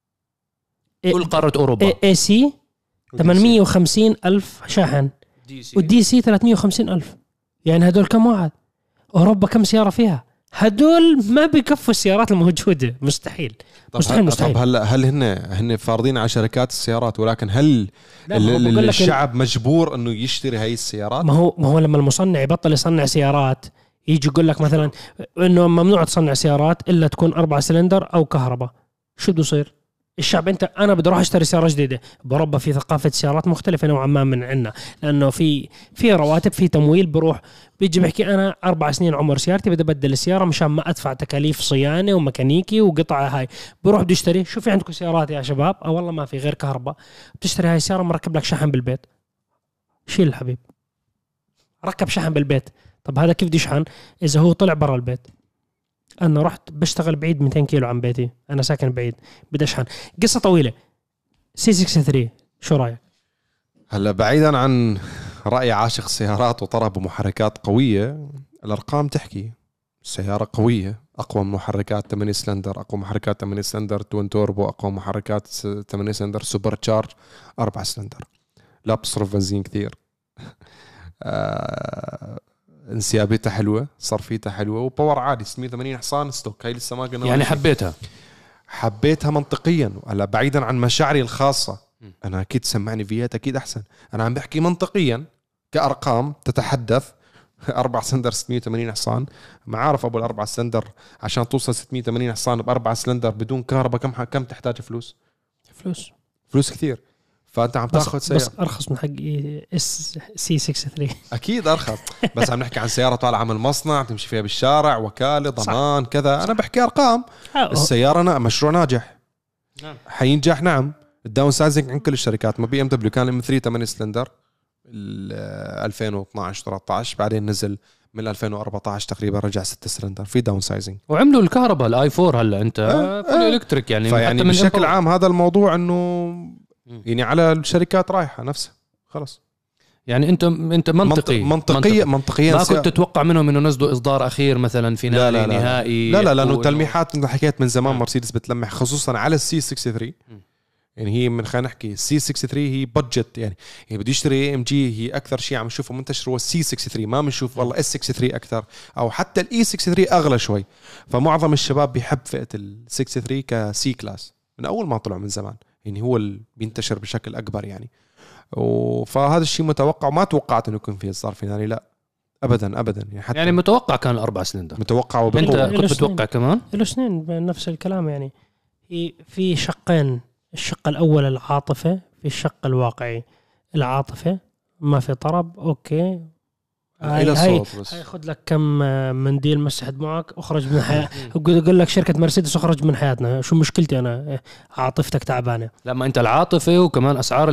Speaker 2: كل قاره اوروبا
Speaker 1: اي سي ثمانمية وخمسين الف شاحن، والدي سي ثلاثمية وخمسين الف. يعني هدول كم واحد؟ اوروبا كم سياره فيها؟ هدول ما بيكفوا السيارات الموجوده. مستحيل.
Speaker 3: طب
Speaker 1: مستحيل مستحيل.
Speaker 3: طب هلا هل هن هن فارضين على شركات السيارات، ولكن هل الشعب مجبور انه يشتري هاي السيارات؟
Speaker 1: ما هو ما هو لما المصنع يبطل يصنع سيارات يجي يقول لك مثلا انه ممنوع تصنع سيارات الا تكون أربعة سلندر او كهرباء، شو بده يصير؟ الشعب انت انا بدي اروح اشتري سياره جديده. باوروبا في ثقافه سيارات مختلفه نوعا ما من عندنا، لانه في في رواتب، في تمويل. بروح بيجي بحكي انا اربع سنين عمر سيارتي بدي ابدل السياره مشان ما ادفع تكاليف صيانه وميكانيكي وقطع. هاي بروح بدي اشتري، شو في عندكم سيارات يا شباب؟ اه والله ما في غير كهرباء. بتشتري هاي السياره مركب لك شحن بالبيت. شيل الحبيب ركب شحن بالبيت. طب هذا كيف بدي يشحن اذا هو طلع برا البيت؟ انا رحت بشتغل بعيد مئتين كيلو عن بيتي، انا ساكن بعيد، بدي اشحن. قصه طويله. سي ستة وستين شو رايك؟
Speaker 3: هلا بعيدا عن رأي عاشق السيارات وطرب ومحركات قوية، الأرقام تحكي. السيارة قوية، أقوى من محركات ثمانية سلندر، أقوى محركات ثمانية سلندر توين توربو، أقوى محركات ثمانية سلندر سوبر تشارج أربعة سلندر، لا بصرف بنزين كثير. آه، انسيابيتها حلوة، صرفيتها حلوة، وباور عالي ستمية وثمانين حصان ستوك. هاي لسه ما قلنا
Speaker 2: يعني حبيتها
Speaker 3: حبيتها منطقيا. هلا بعيدا عن مشاعري الخاصة، أنا أكيد سمعني فيات أكيد أحسن. أنا عم بحكي منطقيا كأرقام تتحدث. أربع سلندر ستمية وثمانين حصان، ما عارف أبو الأربع سلندر عشان توصل ستمية وثمانين حصان بأربع سلندر بدون كهرباء كم كم تحتاج فلوس؟
Speaker 1: فلوس
Speaker 3: فلوس كثير. فأنت عم تاخذ سيارة
Speaker 1: بس أرخص من حق اس سي ستة وستين.
Speaker 3: أكيد أرخص، بس عم نحكي عن سيارة طالعة من المصنع تمشي فيها بالشارع، وكالة ضمان كذا. أنا بحكي أرقام. السيارة أنا مشروع ناجح،
Speaker 2: نعم.
Speaker 3: حينجح. نعم. الداون سايزنج عند كل الشركات. ما بي ام دبليو كان ام ثلاثة ثمانية سلندر ألفين واثناشر ثلاثة عشر، بعدين نزل من ألفين وأربعة عشر تقريبا رجع ستة سلندر في داون سايزنج.
Speaker 2: وعملوا الكهرباء الاي فور هلا انت
Speaker 3: أه
Speaker 2: فول
Speaker 3: أه
Speaker 2: الكتريك يعني.
Speaker 3: فيعني بشكل عام هذا الموضوع انه يعني على الشركات رايحه نفسها خلص.
Speaker 2: يعني انت انت منطقي
Speaker 3: منطقيا منطقيا
Speaker 2: ما كنت تتوقع منهم انه نزلوا اصدار اخير مثلا فينالي
Speaker 3: لا لا
Speaker 2: نهائي؟
Speaker 3: لا لا لانه تلميحات انت حكيت من زمان. مرسيدس بتلمح خصوصا على السي ستة وستين. يعني هي من خلينا نحكي السي ستة وستين هي بادجت، يعني هي بده يشتري ام جي. هي اكثر شيء عم نشوفه منتشر هو السي ستة وستين، ما بنشوف والله اس ستة وستين اكثر، او حتى الاي ستة وستين اغلى شوي. فمعظم الشباب بيحب فئه ال ستة وستين كسي كلاس من اول ما طلع من زمان، يعني هو اللي بينتشر بشكل اكبر يعني. فهذا الشيء متوقع، وما توقعت انه يكون في اصدار فينالي، لا ابدا ابدا. يعني حتى
Speaker 2: يعني متوقع كان الاربع سلندر
Speaker 3: متوقع
Speaker 2: وبالقوة. انت كنت متوقع كمان
Speaker 1: له سنين نفس الكلام. يعني في شقين، الشق الأول العاطفة، في الشق الواقعي. العاطفة ما في طرب، أوكي هاي هاي, هاي خد لك كم منديل مسح دموعك اخرج من حياة. يقول لك شركة مرسيدس اخرج من حياتنا، شو مشكلتي أنا عاطفتك تعبانة؟
Speaker 2: لا ما أنت العاطفة وكمان أسعار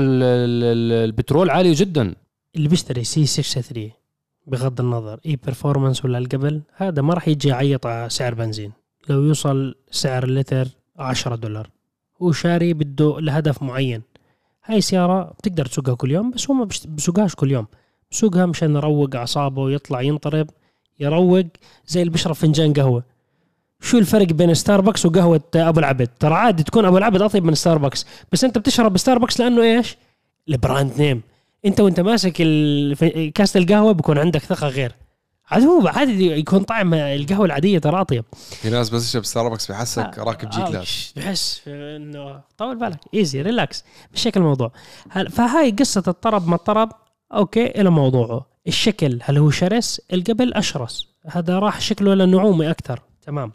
Speaker 2: البترول عالية جدا.
Speaker 1: اللي بيشتري سي ستة وستين بغض النظر اي برفورمانس ولا القبل، هذا ما راح يجي يعيط على سعر بنزين. لو يوصل سعر اللتر عشرة دولار وشاري بده لهدف معين، هاي سيارة بتقدر تسوقها كل يوم، بس هو ما بسوقهاش كل يوم، بسوقها مشان يروق أعصابه ويطلع ينطرب يروق زي اللي بيشرب فنجان قهوة. شو الفرق بين ستاربكس وقهوة أبو العبد؟ ترى عادي تكون أبو العبد أطيب من ستاربكس، بس أنت بتشرب ستاربكس لأنه إيش؟ البراند نيم. أنت وأنت ماسك كاسة القهوة بيكون عندك ثقة غير. عاد هو عادي يكون طعم القهوة العادية ترى أطيب.
Speaker 3: في ناس بس يشرب ستاربكس بيحسك آه راكب جي كلاس،
Speaker 1: بحس إنه طول بالك إيزي ريلاكس بالشكل الموضوع. فهاي قصة الطرب ما الطرب أوكي إلى موضوعه. الشكل هل هو شرس؟ القبل أشرس، هذا راح شكله للنعومي أكثر. تمام.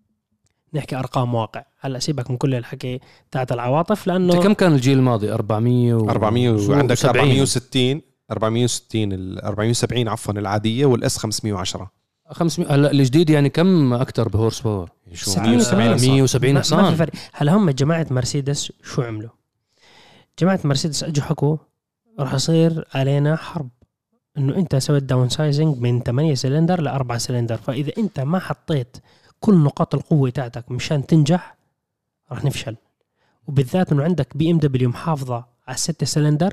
Speaker 1: نحكي أرقام واقع. هلا سيبك من كل الحكي تاعت العواطف، لأنه
Speaker 2: كم كان الجيل الماضي؟ أربعمية و...
Speaker 3: أربعمية وعندك أربعمية وستين أربعمية وستين ال أربعمية وسبعين عفوا العادية، والاس خمسمية وعشرة
Speaker 2: خمسمية. هلا الجديد يعني كم أكتر بهورس باور؟ مية وسبعين حصان.
Speaker 1: هلا هم جماعة مرسيدس شو عملوا؟ جماعة مرسيدس أجوا حكوا راح يصير علينا حرب، إنه أنت سويت داون سايزنج من ثمانية سلندر لأربعة سلندر، فإذا أنت ما حطيت كل نقاط القوة تاعتك مشان تنجح راح نفشل. وبالذات إنه عندك بي ام دبليو محافظة على ستة سلندر،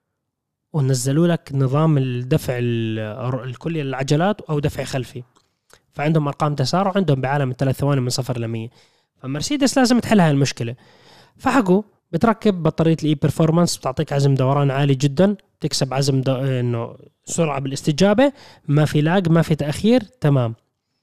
Speaker 1: ونزلوا لك نظام الدفع الكلي للعجلات أو دفع خلفي، فعندهم أرقام تسارع عندهم بعالم الثلاث ثواني من صفر لمية. فمرسيدس لازم تحل هاي المشكلة، فحقوا بتركب بطارية الإي برفورمانس بتعطيك عزم دوران عالي جدا، تكسب عزم دو... إنه سرعة بالاستجابة، ما في لاج ما في تأخير. تمام.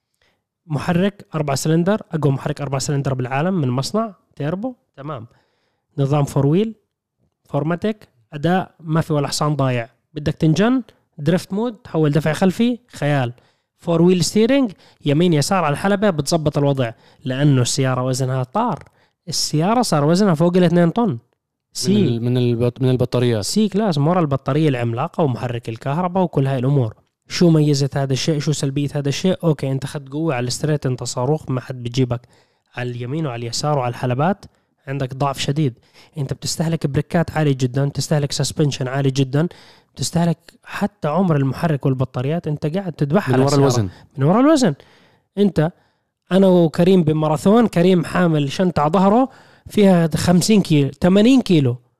Speaker 1: محرك أربعة سلندر، أقوى محرك أربعة سلندر بالعالم من مصنع تيربو. تمام. نظام فور ويل فورماتيك، أداء ما في ولا حصان ضايع. بدك تنجن دريفت مود تحول دفع خلفي خيال. فور ويل ستيرنج يمين يسار على الحلبة بتزبط الوضع، لأنه السيارة وزنها طار. السيارة صار وزنها فوق الاثنين طن.
Speaker 2: سي من البط... من البطاريات
Speaker 1: سي كلاس، مرة البطارية العملاقة ومحرك الكهرباء وكل هاي الأمور. شو ميزت هذا الشيء؟ شو سلبية هذا الشيء؟ أوكي أنت خد قوة على الستريت، أنت صاروخ ما حد بيجيبك. على اليمين وعلى اليسار وعلى الحلبات عندك ضعف شديد. أنت بتستهلك بريكات عالي جدا، بتستهلك سسبنشن عالي جدا، بتستهلك حتى عمر المحرك والبطاريات. أنت قاعد تذبحها
Speaker 2: من وراء الوزن.
Speaker 1: من وراء الوزن. أنت أنا وكريم بماراثون، كريم حامل شنطة على ظهره فيها خمسين كيلو ثمانين كيلو،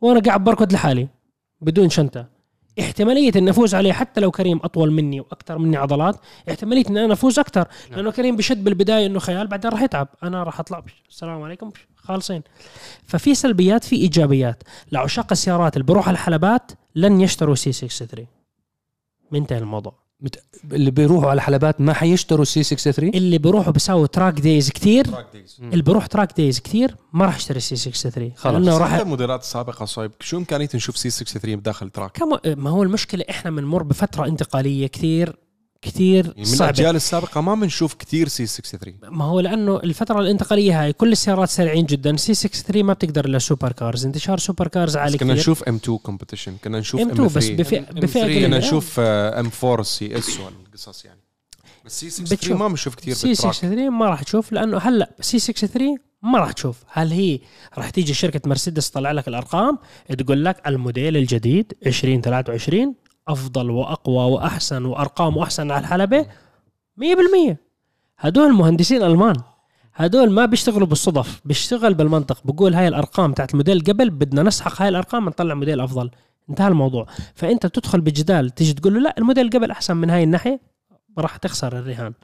Speaker 1: وانا قاعد بركض لحالي بدون شنطه، احتماليه ان افوز عليه حتى لو كريم اطول مني واكثر مني عضلات، احتماليه ان انا افوز اكثر، لانه كريم بشد بالبدايه انه خيال، بعدين راح يتعب، انا راح اطلع السلام عليكم خالصين. ففي سلبيات في ايجابيات. لعشاق السيارات اللي بروح الحلبات لن يشتروا سي ستة وستين، منتهي الموضوع.
Speaker 2: اللي بيروحوا على الحلبات ما حيشتروا سي ستة وستين،
Speaker 1: اللي بيروحوا بيساووا تراك دايز كتير، اللي بيروح تراك دايز كتير ما راح يشتري سي ستة وستين.
Speaker 3: لانه راح الموديلات السابقه صايب شو امكانيه نشوف سي ستة وستين بداخل تراك؟
Speaker 1: كم ما هو المشكله، احنا بنمر بفتره انتقاليه كتير كتير
Speaker 3: يعني من الأجيال السابقة ما بنشوف كتير سي ستة وستين.
Speaker 1: ما هو لأنه الفترة الانتقالية هاي كل السيارات سريعين جدا، سي ستة وستين ما بتقدر إلا سوبر كارز، انتشار سوبر كارز عالي كتير.
Speaker 3: كنا نشوف إم تو كومبيتيشن، كنا نشوف
Speaker 1: إم تو بس بفئة بفئة
Speaker 3: كنا نشوف إم فور سي إس والقصص يعني، بس سي ستة وستين ما بنشوف كتير
Speaker 1: بالتراك. سي ستة وستين ما راح تشوف، لأنه هلأ سي ستة وستين ما راح تشوف. هل هي راح تيجي شركة مرسيدس تطلع لك الأرقام تقول لك الموديل الجديد عشرين ثلاثة وعشرين أفضل وأقوى وأحسن وأرقام وأحسن على الحلبة؟ مية بالمية. هدول مهندسين ألمان، هدول ما بيشتغلوا بالصدف، بيشتغل بالمنطق، بقول هاي الأرقام تاعت الموديل قبل بدنا نسحق هاي الأرقام نطلع موديل أفضل، انتهى الموضوع. فأنت تدخل بجدال تيجي تقول له لا الموديل قبل أحسن من هاي الناحية، راح تخسر الرهان.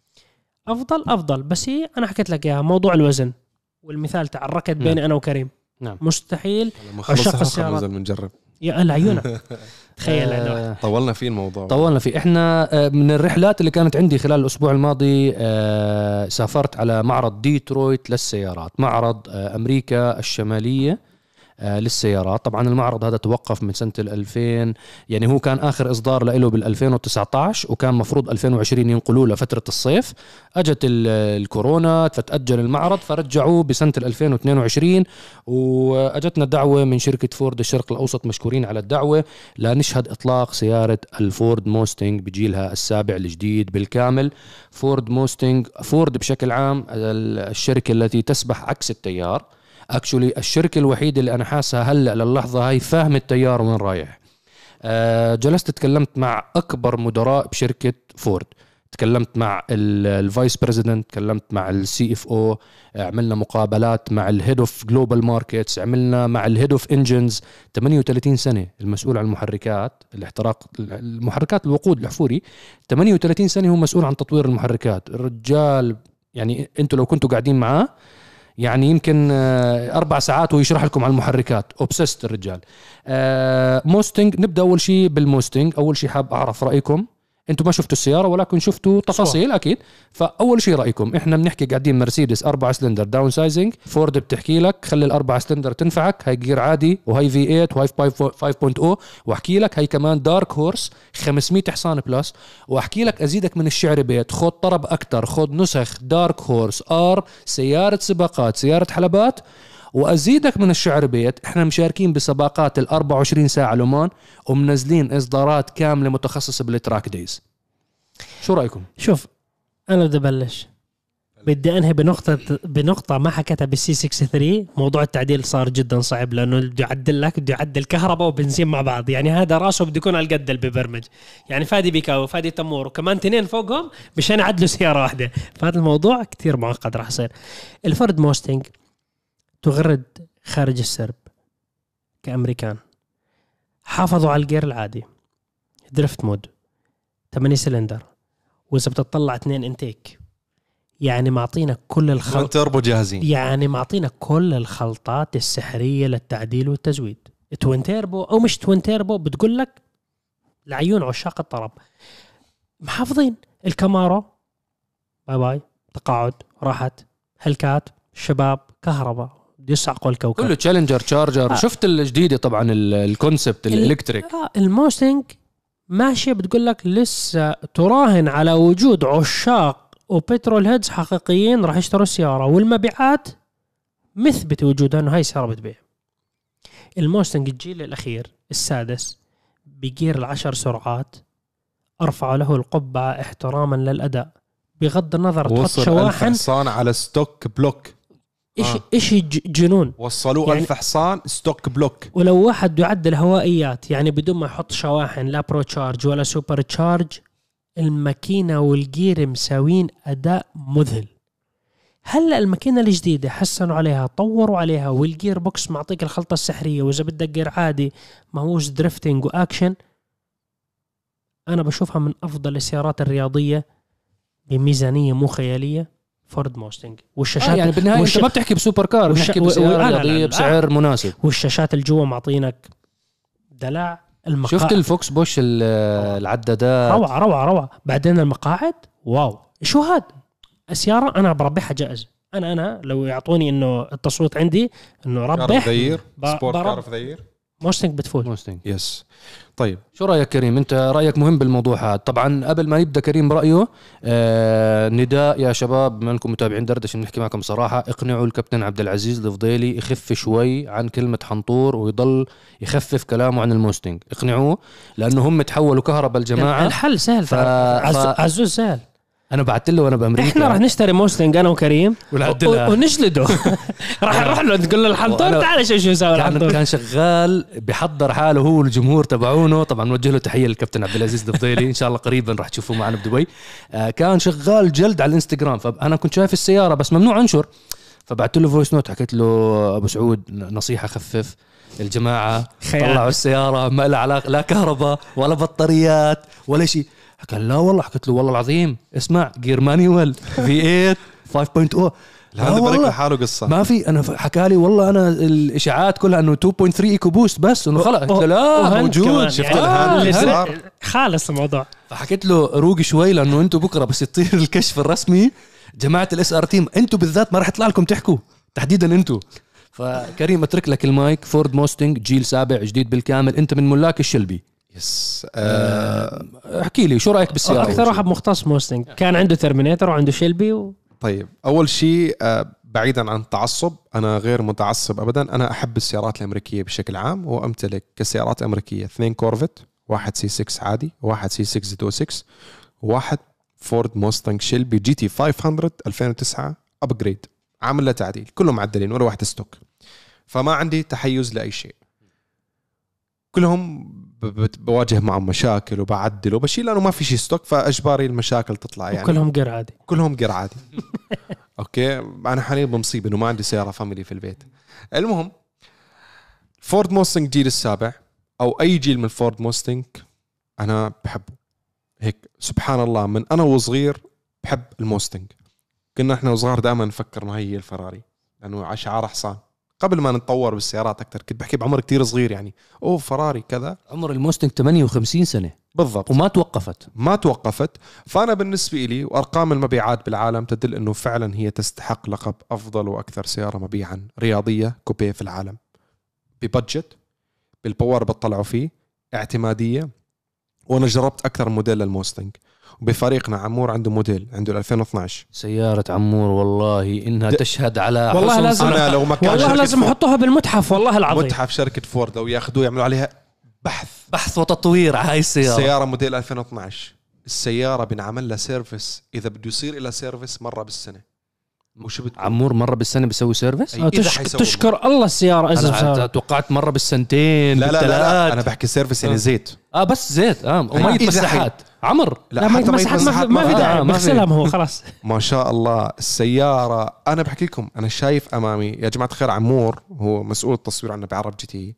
Speaker 1: أفضل أفضل بس هي أنا حكيت لك يا موضوع الوزن والمثال تاع الركض بيني أنا وكريم.
Speaker 2: نعم.
Speaker 1: مستحيل عشاق السيارات
Speaker 3: بنجرب
Speaker 1: يا العيونة تخيل.
Speaker 3: آه طولنا فيه الموضوع،
Speaker 2: طولنا فيه. احنا من الرحلات اللي كانت عندي خلال الأسبوع الماضي آه سافرت على معرض ديترويت للسيارات، معرض آه أمريكا الشمالية آه للسيارات. طبعا المعرض هذا توقف من سنة الألفين، يعني هو كان آخر إصدار له بالألفين وتسعة عشر، وكان مفروض ألفين وعشرين ينقلوه لفترة الصيف، أجت الكورونا فتأجل المعرض فرجعوه بسنة ألفين واثنين وعشرين. وأجتنا دعوة من شركة فورد الشرق الأوسط، مشكورين على الدعوة، لنشهد إطلاق سيارة الفورد موستنج بجيلها السابع الجديد بالكامل. فورد موستنج، فورد بشكل عام الشركة التي تسبح عكس التيار، اكشولي الشركه الوحيده اللي انا حاسها هلا للحظه هاي فاهم التيار وين رايح. أه جلست تكلمت مع اكبر مدراء بشركه فورد، تكلمت مع الفايس بريزيدنت، تكلمت مع السي اف او، عملنا مقابلات مع الهيد اوف جلوبال ماركتس، عملنا مع الهيد اوف انجنز، ثمانية وثلاثين سنه المسؤول عن المحركات، الاحتراق المحركات الوقود الاحفوري، ثمانية وثلاثين سنه هو مسؤول عن تطوير المحركات. الرجال يعني انتوا لو كنتوا قاعدين معاه يعني يمكن أربع ساعات ويشرح لكم عن المحركات، أوبسست الرجال. موستنج، نبدأ أول شيء بالموستنج. أول شيء حاب أعرف رأيكم، أنتم ما شفتوا السيارة ولكن شفتوا تفاصيل صح. أكيد. فأول شيء رأيكم، إحنا بنحكي قاعدين مرسيدس أربعة سلندر داون سايزنج، فورد بتحكي لك خلي الأربعة سلندر تنفعك، هاي جير عادي وهي في ثمانية وهي خمسة نقطة صفر، وأحكي لك هاي كمان دارك هورس خمسمية حصان بلس، وأحكي لك أزيدك من الشعر بيت، خد طرب أكتر، خد نسخ دارك هورس آر، سيارة سباقات، سيارة حلبات، وأزيدك من الشعر بيت احنا مشاركين بسباقات الأربعة وعشرين ساعة لومان، ومنزلين إصدارات كاملة متخصصة بالتراك دايز. شو رأيكم؟
Speaker 1: شوف أنا بدي أبلش، بدي أنهي بنقطة بنقطة ما حكيتها بالسي ستة وثلاثين. موضوع التعديل صار جدا صعب، لأنه بده يعدل لك، بده يعدل كهرباء وبنزين مع بعض، يعني هذا راسه بده يكون على القد اللي ببرمج، يعني فادي بيكاو وفادي تمور وكمان تنين فوقهم مشان يعدلوا سيارة واحدة، فهذا الموضوع كتير معقد راح يصير. الفورد موستنج تغرد خارج السرب كأمريكان، حافظوا على الجير العادي، درفت مود، ثمانية سلندر، وإذا بتطلع اثنين انتيك، يعني معطينا كل الخلط
Speaker 3: تربو جاهزين،
Speaker 1: يعني معطينا كل الخلطات السحرية للتعديل والتزويد. توين تيربو أو مش توين تيربو، بتقول لك لعيون عشاق الطرب. محافظين الكامارو باي باي، تقاعد، راحت، هلكات، شباب، كهرباء، يسعقوا الكوكب
Speaker 2: كله تشالنجر تشارجر. آه. شفت الجديدة طبعا الكونسبت الالكتريك.
Speaker 1: آه الموستنج ماشي، بتقول لك لسه تراهن على وجود عشاق وبترول هيدز حقيقيين راح يشتروا السيارة، والمبيعات مثبت وجودها انه هاي السيارة بتبيع. الموستنج الجيل الاخير السادس بيجير العشر سرعات، ارفع له القبعة احتراما للاداء، بغض النظر تحط شواحن
Speaker 3: حصان على ستوك بلوك،
Speaker 1: إيش آه. إيش جنون،
Speaker 3: وصلوا يعني ألف حصان ستوك بلوك.
Speaker 1: ولو واحد يعدل هوائيات يعني بدون ما يحط شواحن لا برو تشارج ولا سوبر تشارج، الماكينة والجير مساوين أداء مذهل. هلا الماكينه الجديده حسنوا عليها طوروا عليها والجير بوكس معطيك الخلطه السحريه واذا بدك جير عادي ما هوش دريفتنج واكشن. انا بشوفها من افضل السيارات الرياضيه بميزانيه مو خياليه فورد موستنج. والشاشات
Speaker 2: آه يعني بالنهايه والش... انت ما بتحكي بسوبر كار
Speaker 1: والش...
Speaker 2: بتحكي بسياره رياضيه
Speaker 1: و...
Speaker 2: بسعر مناسب.
Speaker 1: والشاشات الجوا معطينك دلع. المقاعد
Speaker 2: شفت الفوكس بوش العدادات
Speaker 1: روعه روعه روعه. بعدين المقاعد واو شو هاد السياره انا بربحها جائزه. انا انا لو يعطوني انه التصويت عندي انه ربح
Speaker 3: ذير
Speaker 1: ب...
Speaker 3: سبورت
Speaker 1: برب...
Speaker 3: كار اوف ذير
Speaker 1: موستنج بتفوز.
Speaker 2: موستنج
Speaker 3: يس. طيب
Speaker 2: شو رايك كريم؟ انت رايك مهم بالموضوع هذا. طبعا قبل ما يبدا كريم برايه آه نداء يا شباب بما انكم متابعين دردشه بنحكي معكم صراحه، اقنعوا الكابتن عبد العزيز الفضيلي يخف شوي عن كلمه حنطور ويضل يخفف كلامه عن الموستنج. اقنعوه لانه هم تحولوا كهرباء الجماعه.
Speaker 1: الحل سهل ف... عز... ف... عزوز سهل.
Speaker 2: انا بعت له وانا بامريكا
Speaker 1: احنا راح نشتري موستنج انا وكريم
Speaker 2: ونعدلها
Speaker 1: ونجلده. راح نروح له نقول له الحنطور تعال شوف شو يسوي الحنطور.
Speaker 2: كان شغال بيحضر حاله هو والجمهور تبعونه. طبعا نوجه له تحيه للكابتن عبد العزيز الفضيلي ان شاء الله قريبا راح تشوفوه معنا بدبي. آه كان شغال جلد على الانستغرام فانا كنت شايف السياره بس ممنوع انشر فبعت له فويس نوت حكيت له ابو سعود نصيحه خفف الجماعه خيال. طلعوا السياره ما لها علاقه لا كهرباء ولا بطاريات ولا شيء. قال لا والله. حكيت له والله العظيم اسمع جير مانيوال في ثمانية خمسة نقطة صفر.
Speaker 3: لا هذا برك لحاله قصه
Speaker 2: ما في. انا حكالي والله انا الاشاعات كلها انه اثنين فاصلة ثلاثة ايكو بوست بس انه خلص. قلت له لا موجود.
Speaker 3: شفت
Speaker 1: يعني
Speaker 3: الهاند
Speaker 1: خالص الموضوع.
Speaker 2: فحكيت له روقي شوي لانه انتم بكره بس يطير الكشف الرسمي جماعه الاس ار تيم انتم بالذات ما راح يطلع لكم تحكوا تحديدا انتم. فكريم اترك لك المايك. فورد موستنج جيل سابع جديد بالكامل. انت من ملاك الشلبي.
Speaker 3: يس.
Speaker 2: أه احكي لي شو رايك بالسياره؟
Speaker 1: اكثر واحد مختص موستنج كان عنده ترمينيتر وعنده شيلبي و...
Speaker 3: طيب اول شيء أه بعيدا عن التعصب انا غير متعصب ابدا. انا احب السيارات الامريكيه بشكل عام وامتلك كسيارات امريكيه اثنين كورفت واحد سي ستة عادي وواحد سي ستة ستة وستة وواحد فورد موستنج شيلبي جي تي خمسمية ألفين وتسعة ابجريد عامل له تعديل كلهم معدلين ولا واحد ستوك. فما عندي تحيز لاي شيء. كلهم بواجه معهم مشاكل وبعدل وبشيل لانه ما في شيء ستوك فاجباري المشاكل تطلع يعني.
Speaker 1: كلهم جير عادي.
Speaker 3: كلهم جير عادي. اوكي انا حاليا بمصيبه انه ما عندي سياره فاميلي في البيت. المهم فورد موستنج جيل السابع او اي جيل من فورد موستنج انا بحبه. هيك سبحان الله من انا وصغير بحب الموستنج. كنا احنا وصغار دائما نفكر انه هي الفراري لانه على شعار حصان. قبل ما نتطور بالسيارات اكثر كنت بحكي بعمر كتير صغير يعني اوه فراري كذا.
Speaker 2: عمر الموستنج ثمانية وخمسين سنه
Speaker 3: بالضبط
Speaker 2: وما توقفت
Speaker 3: ما توقفت. فانا بالنسبه لي وارقام المبيعات بالعالم تدل انه فعلا هي تستحق لقب افضل واكثر سياره مبيعا رياضيه كوبيه في العالم. ببادجت بالباور بتطلعوا فيه اعتماديه. وانا جربت اكثر موديل للموستنج وبفريقنا عمور عنده موديل عنده ألفين واثناشر
Speaker 2: سيارة عمور والله إنها تشهد على
Speaker 1: والله لازم
Speaker 3: أنا لو ما كان
Speaker 1: والله لازم يحطوها بالمتحف والله العظيم.
Speaker 3: متحف شركة فورد لو ياخذوه يعملوا عليها بحث
Speaker 2: بحث وتطوير على هاي السيارة.
Speaker 3: السيارة موديل ألفين واثناشر السيارة بنعمل لها سيرفيس إذا بده يصير إلى سيرفيس مرة بالسنة. وشو بتقول
Speaker 2: عمور مرة بالسنة بيسوي سيرفيس؟
Speaker 1: تشك... تشكر الله السيارة
Speaker 2: أنا توقعت مرة بالسنتين.
Speaker 3: لا لا, لا لا أنا بحكي سيرفيس يعني زيت.
Speaker 2: آه بس زيت آه وما يتمسحات عمر.
Speaker 1: لا, لا ما يتمسحات ما, ما في داعي بغسلها ما هو خلاص.
Speaker 3: ما شاء الله السيارة أنا بحكي لكم أنا شايف أمامي يا جماعة الخير عمور هو مسؤول التصوير عنا بعرب جي تي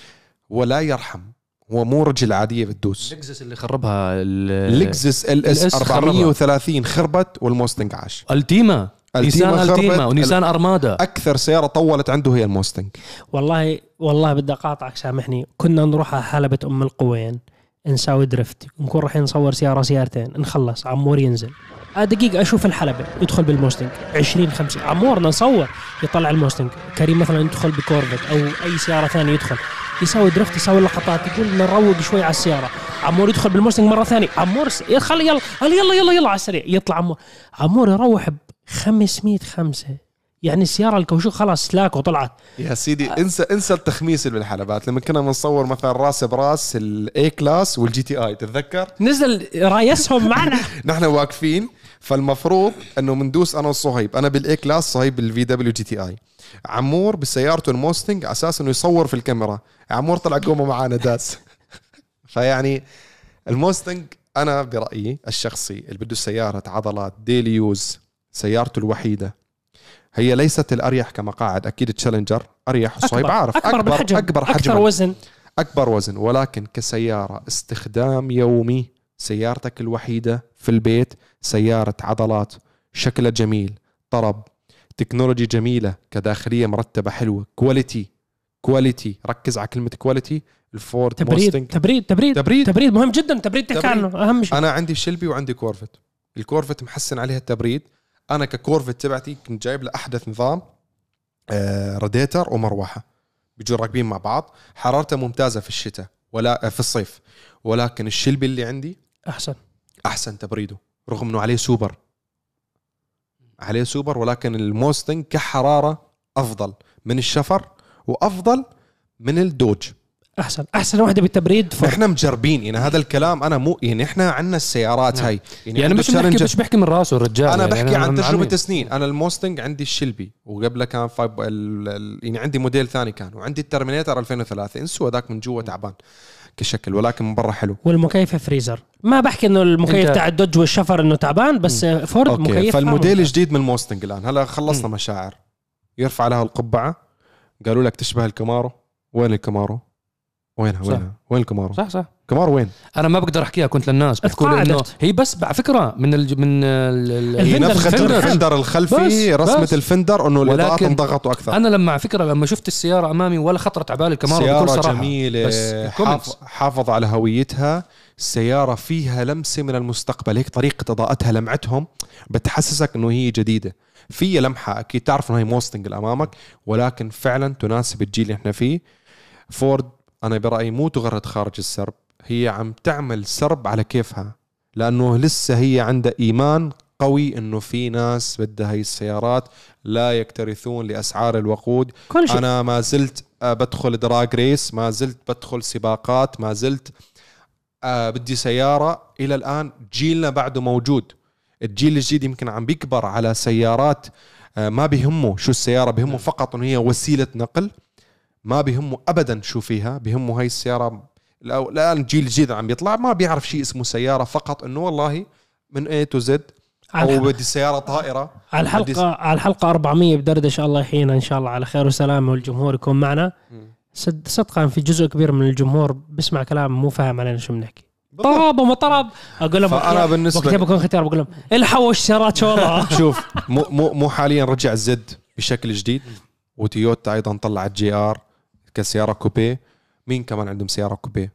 Speaker 3: ولا يرحم. هو مو رجل عادية بتدوس.
Speaker 2: لكزس اللي خربها
Speaker 3: لكزس ال اس أربعمية وثلاثين خربت والموستنج عاش.
Speaker 2: التيما نيسان التيما ونيسان أرمادا
Speaker 3: أكثر سيارة طولت عنده هي الموستنج.
Speaker 1: والله والله بدي أقاطعك سامحني. كنا نروح على حلبة أم القوين نساوي درفت نكون رايحين نصور سيارة سيارتين نخلص عمور ينزل دقيقة أشوف الحلبة يدخل بالموستنج عشرين خمسين عمورنا نصور يطلع الموستنج. كريم مثلا يدخل بكورفت أو أي سيارة ثانية يدخل يساوي درفت يساوي لقطات يقول نروق شوي على السيارة. عمور يدخل بالموستنج مرة ثانية عمور يخلي يلا يلا يلا يلا على السريع يطلع عمور عمور يروح بخمسمية خمسة يعني السيارة الكوشوك خلاص سلاك وطلعت.
Speaker 3: يا سيدي انسى انسى التخميس اللي بالحلبات لما كنا بنصور مثلا راس براس الاي كلاس والجي تي اي تتذكر
Speaker 1: نزل رايسهم معنا
Speaker 3: نحن واقفين فالمفروض انه مندوس انا وصهيب انا بالاي كلاس صهيب بالفي دبليو جي تي اي عمور بسيارته الموستنج اساس انه يصور في الكاميرا عمور طلع قومه معانا داس. فيعني الموستنج انا برايي الشخصي اللي بده سيارة عضلات ديلي يوز سيارته الوحيدة هي ليست الاريح كمقاعد، اكيد تشالنجر اريح وصهيب عارف
Speaker 1: اكبر
Speaker 3: اكبر
Speaker 1: بحجم.
Speaker 3: اكبر حجم
Speaker 1: اكثر وزن
Speaker 3: اكبر وزن، ولكن كسياره استخدام يومي، سيارتك الوحيده في البيت، سياره عضلات، شكلها جميل، طرب، تكنولوجي جميله، كداخليه مرتبه حلوه، كواليتي كواليتي ركز على كلمه كواليتي. الفورد
Speaker 1: تبريد
Speaker 3: موستنج
Speaker 1: تبريد تبريد
Speaker 3: تبريد
Speaker 1: تبريد مهم جدا. تبريد تحكي عنه اهم شيء.
Speaker 3: انا عندي شلبي وعندي كورفت، الكورفت محسن عليها التبريد. انا ككورفت تبعتي كنت جايب له احدث نظام آه راديتر ومروحه بيجوا راكبين مع بعض، حرارته ممتازه في الشتاء ولا في الصيف، ولكن الشلبي اللي عندي
Speaker 1: احسن
Speaker 3: احسن تبريده رغم انه عليه سوبر عليه سوبر ولكن الموستنج كحراره افضل من الشفر وافضل من الدوج.
Speaker 1: احسن احسن واحده بالتبريد.
Speaker 3: احنا مجربين يعني هذا الكلام، انا مو يعني احنا عندنا السيارات هاي
Speaker 2: يعني, يعني مش بحكي مش بحكي من راسه الرجال،
Speaker 3: انا
Speaker 2: يعني
Speaker 3: بحكي
Speaker 2: أنا
Speaker 3: عن تجربه
Speaker 2: عمين.
Speaker 3: سنين. انا الموستنج عندي الشلبي وقبله كان فايب ال... ال... يعني عندي موديل ثاني كان، وعندي الترمينيتر ألفين وثلاثة انسوا ذاك من جوا تعبان كشكل ولكن من برا حلو.
Speaker 1: والمكيف فريزر، ما بحكي انه المكيف تاع الدوج والشفر انه تعبان، بس فورد
Speaker 3: أوكي.
Speaker 1: مكيف.
Speaker 3: فالموديل الجديد من الموستنج الان هلا خلصنا م. مشاعر، يرفع لها القبعه، قالوا لك تشبه الكامارو. وين الكامارو؟ وينها وينها وين الكامارو؟
Speaker 2: صح صح
Speaker 3: كامارو وين؟
Speaker 2: انا ما بقدر احكيها، كنت للناس بيقولوا انه هي بس على فكره من الج... من
Speaker 3: ال... نفخه الفندر الخلفي، بس رسمه بس. الفندر انه الاضاءات انضغطوا اكثر.
Speaker 2: انا لما على فكره لما شفت السياره امامي ولا خطرت على بالي الكامارو بكل صراحه.
Speaker 3: سياره جميله حاف... حافظ على هويتها. السياره فيها لمسه من المستقبل، هيك طريقه اضاءتها لمعتهم بتحسسك انه هي جديده. في لمحه اكيد تعرف انه هي موستنج امامك، ولكن فعلا تناسب الجيل اللي احنا فيه. فورد أنا برأيي مو تغرد خارج السرب، هي عم تعمل سرب على كيفها، لأنه لسه هي عندها إيمان قوي إنه في ناس بدها هاي السيارات لا يكترثون لأسعار الوقود.
Speaker 1: كل شيء.
Speaker 3: أنا ما زلت بدخل دراج ريس، ما زلت بدخل سباقات، ما زلت بدي سيارة. إلى الآن جيلنا بعده موجود، الجيل الجديد يمكن عم بيكبر على سيارات ما بيهمه شو السيارة، بيهمه فقط إنه هي وسيلة نقل، ما بيهمه ابدا شو فيها، بيهمه هاي السياره. الان الجيل الجديد عم بيطلع ما بيعرف شيء اسمه سياره، فقط انه والله من اي تو زد او بدي سياره طائره.
Speaker 1: على الحلقه على الحلقه أربعمية بدردش، الله يحيينا ان شاء الله على خير وسلامه والجمهور يكون معنا. صد صدقا في جزء كبير من الجمهور بسمع كلام مو فاهم علينا شو بنحكي، طرب وما طرب. اقول لهم
Speaker 3: انا بالنسبه
Speaker 1: وقتها بكون ختار بقول لهم الحوش سيارات شو والله.
Speaker 3: شوف مو مو مو حاليا رجع الزد بشكل جديد، وتويوتا ايضا طلعت جي ار كسيارة كوبيه. مين كمان عندهم سيارة كوبيه؟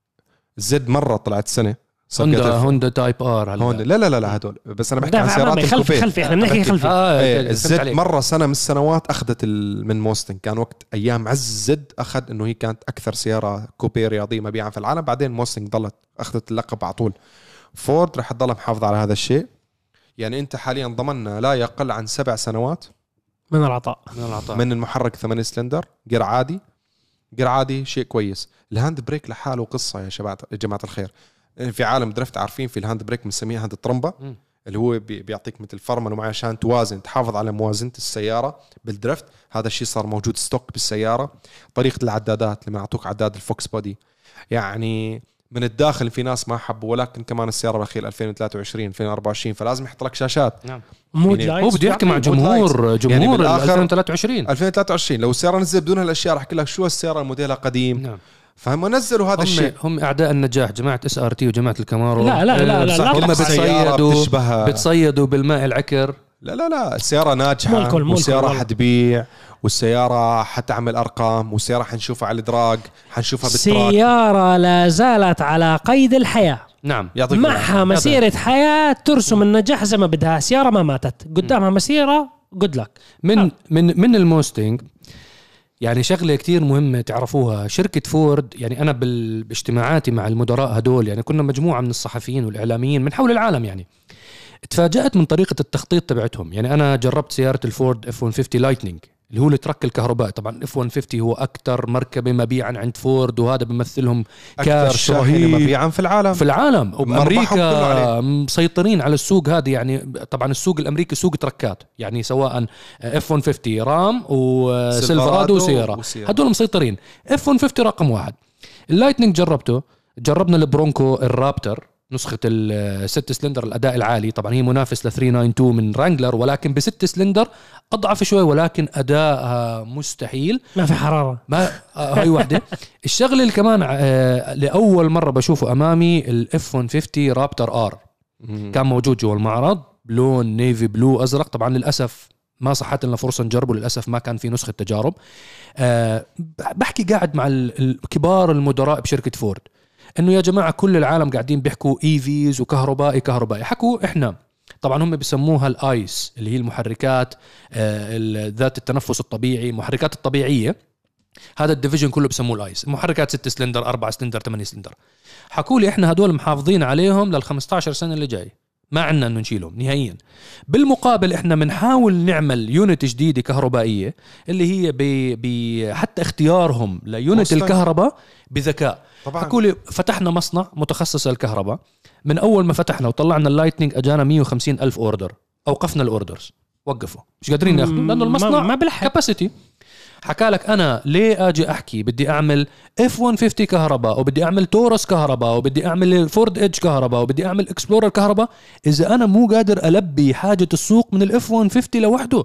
Speaker 3: زد مرة طلعت سنة
Speaker 2: هوندا هوندا تايب ار.
Speaker 3: هوندا لا لا لا لا هدول بس أنا بحكي عن سيارات الكوبيه.
Speaker 1: خلفي خلفي احنا بنحكي خلفي.
Speaker 3: آه ايه الزد مرة سنة من السنوات أخذت من موستنج، كان وقت أيام عز الزد أخذ إنه هي كانت أكثر سيارة كوبيه رياضية مبيعا في العالم، بعدين موستنج ضلت أخذت اللقب على طول. فورد رح تضل محافظة على هذا الشيء. يعني أنت حاليا ضمننا لا يقل عن سبع سنوات
Speaker 1: من العطاء
Speaker 2: من العطاء
Speaker 3: من المحرك ثمانية سلندر جير عادي. جير عادي شيء كويس. الهاند بريك لحاله قصة يا شباب يا جماعة الخير. في عالم درفت عارفين في الهاند بريك بنسميه هاند الطرمبة، اللي هو بيعطيك مثل فرمل ومعه عشان توازن تحافظ على موازنة السيارة بالدرفت. هذا الشيء صار موجود ستوك بالسيارة. طريقة العدادات لما يعطوك عداد الفوكس بودي يعني من الداخل في ناس ما حبوا، ولكن كمان السيارة الأخيرة ألفين وثلاثة وعشرين ألفين وأربعة وعشرين فلازم يحط لك شاشات.
Speaker 2: نعم.
Speaker 1: مود
Speaker 2: يعني هو بده يحكي مع جمهور جمهور يعني ألفين وثلاثة وعشرين
Speaker 3: ألفين وثلاثة وعشرين لو السيارة نزل بدون هالأشياء رح أحكي لك شو السيارة الموديلها قديم.
Speaker 2: نعم.
Speaker 3: فهم نزلوا هذا الشيء.
Speaker 2: هم أعداء النجاح جماعة اس ار تي وجماعة الكامارو.
Speaker 1: لا لا لا, لا, لا
Speaker 2: هم بتصيدوا بتصيدوا بالماء العكر.
Speaker 3: لا لا لا السيارة ناجحة والسيارة حتبيع والسيارة حتعمل أرقام والسيارة حنشوفها على الدراج حنشوفها بالتراك.
Speaker 1: سيارة لا زالت على قيد الحياة.
Speaker 2: نعم
Speaker 1: يعطيك معها مسيرة يعطيك. حياة ترسم النجاح زي ما بدها. سيارة ما ماتت قدامها مسيرة قد لك.
Speaker 2: من آه. من من الموستنج يعني شغلة كتير مهمة تعرفوها. شركة فورد يعني أنا باجتماعاتي مع المدراء هدول يعني كنا مجموعة من الصحفيين والإعلاميين من حول العالم يعني اتفاجأت من طريقة التخطيط تبعتهم. يعني أنا جربت سيارة الفورد إف مية وخمسين لايتنينج اللي هو الترك الكهربائي. طبعا إف مية وخمسين هو أكتر مركبة مبيعا عند فورد وهذا بيمثلهم
Speaker 3: كاش رهيب مبيعا في العالم
Speaker 2: في العالم وبأمريكا مسيطرين على السوق هذه. يعني طبعا السوق الأمريكي سوق تركات يعني سواء إف مية وخمسين رام وسيلفرادو وسيارة هدول مسيطرين. إف مية وخمسين رقم واحد. اللايتنينج جربته جربنا البرونكو الرابتر نسخة الست سلندر الأداء العالي. طبعا هي منافس ل ثلاثمية واتنين وتسعين من رانجلر، ولكن بست سلندر أضعف شوي، ولكن أداءها مستحيل،
Speaker 1: ما في حرارة.
Speaker 2: ما هاي واحدة. الشغلة اللي كمان لأول مرة بشوفه أمامي الاف مية وخمسين رابتر ار، كان موجود جوا المعرض بلون نيفي بلو أزرق. طبعا للأسف ما صحت لنا فرصة نجربه، للأسف ما كان في نسخة تجارب. أه بحكي قاعد مع الكبار المدراء بشركة فورد انه يا جماعة كل العالم قاعدين بيحكوا ايفيز وكهربائي كهربائي، حكوا احنا طبعا هم بيسموها الايس اللي هي المحركات أه ذات التنفس الطبيعي، محركات الطبيعية. هذا الديفيجن كله بسموه الايس، محركات ست سلندر أربعة سلندر ثمانية سلندر. حكوا لي احنا هدول محافظين عليهم لل خمسة عشر سنة اللي جاي، ما عنا انه نشيلهم نهائيا. بالمقابل احنا بنحاول نعمل يونت جديده كهربائيه اللي هي بي بي حتى اختيارهم ليونت الكهرباء بذكاء. حكوا لي فتحنا مصنع متخصص الكهرباء، من اول ما فتحنا وطلعنا اللايتنينج اجانا مية وخمسين الف اوردر، اوقفنا الاوردرز، وقفوا مش قادرين ياخذوا لانه المصنع
Speaker 1: ما بلحق
Speaker 2: كاباسيتي. حكى لك أنا ليه أجي أحكي بدي أعمل إف مية وخمسين كهرباء وبدي أعمل تورس كهرباء وبدي أعمل فورد إدج كهرباء وبدي أعمل إكسبلورر كهرباء إذا أنا مو قادر ألبي حاجة السوق من الإف مية وخمسين لوحده؟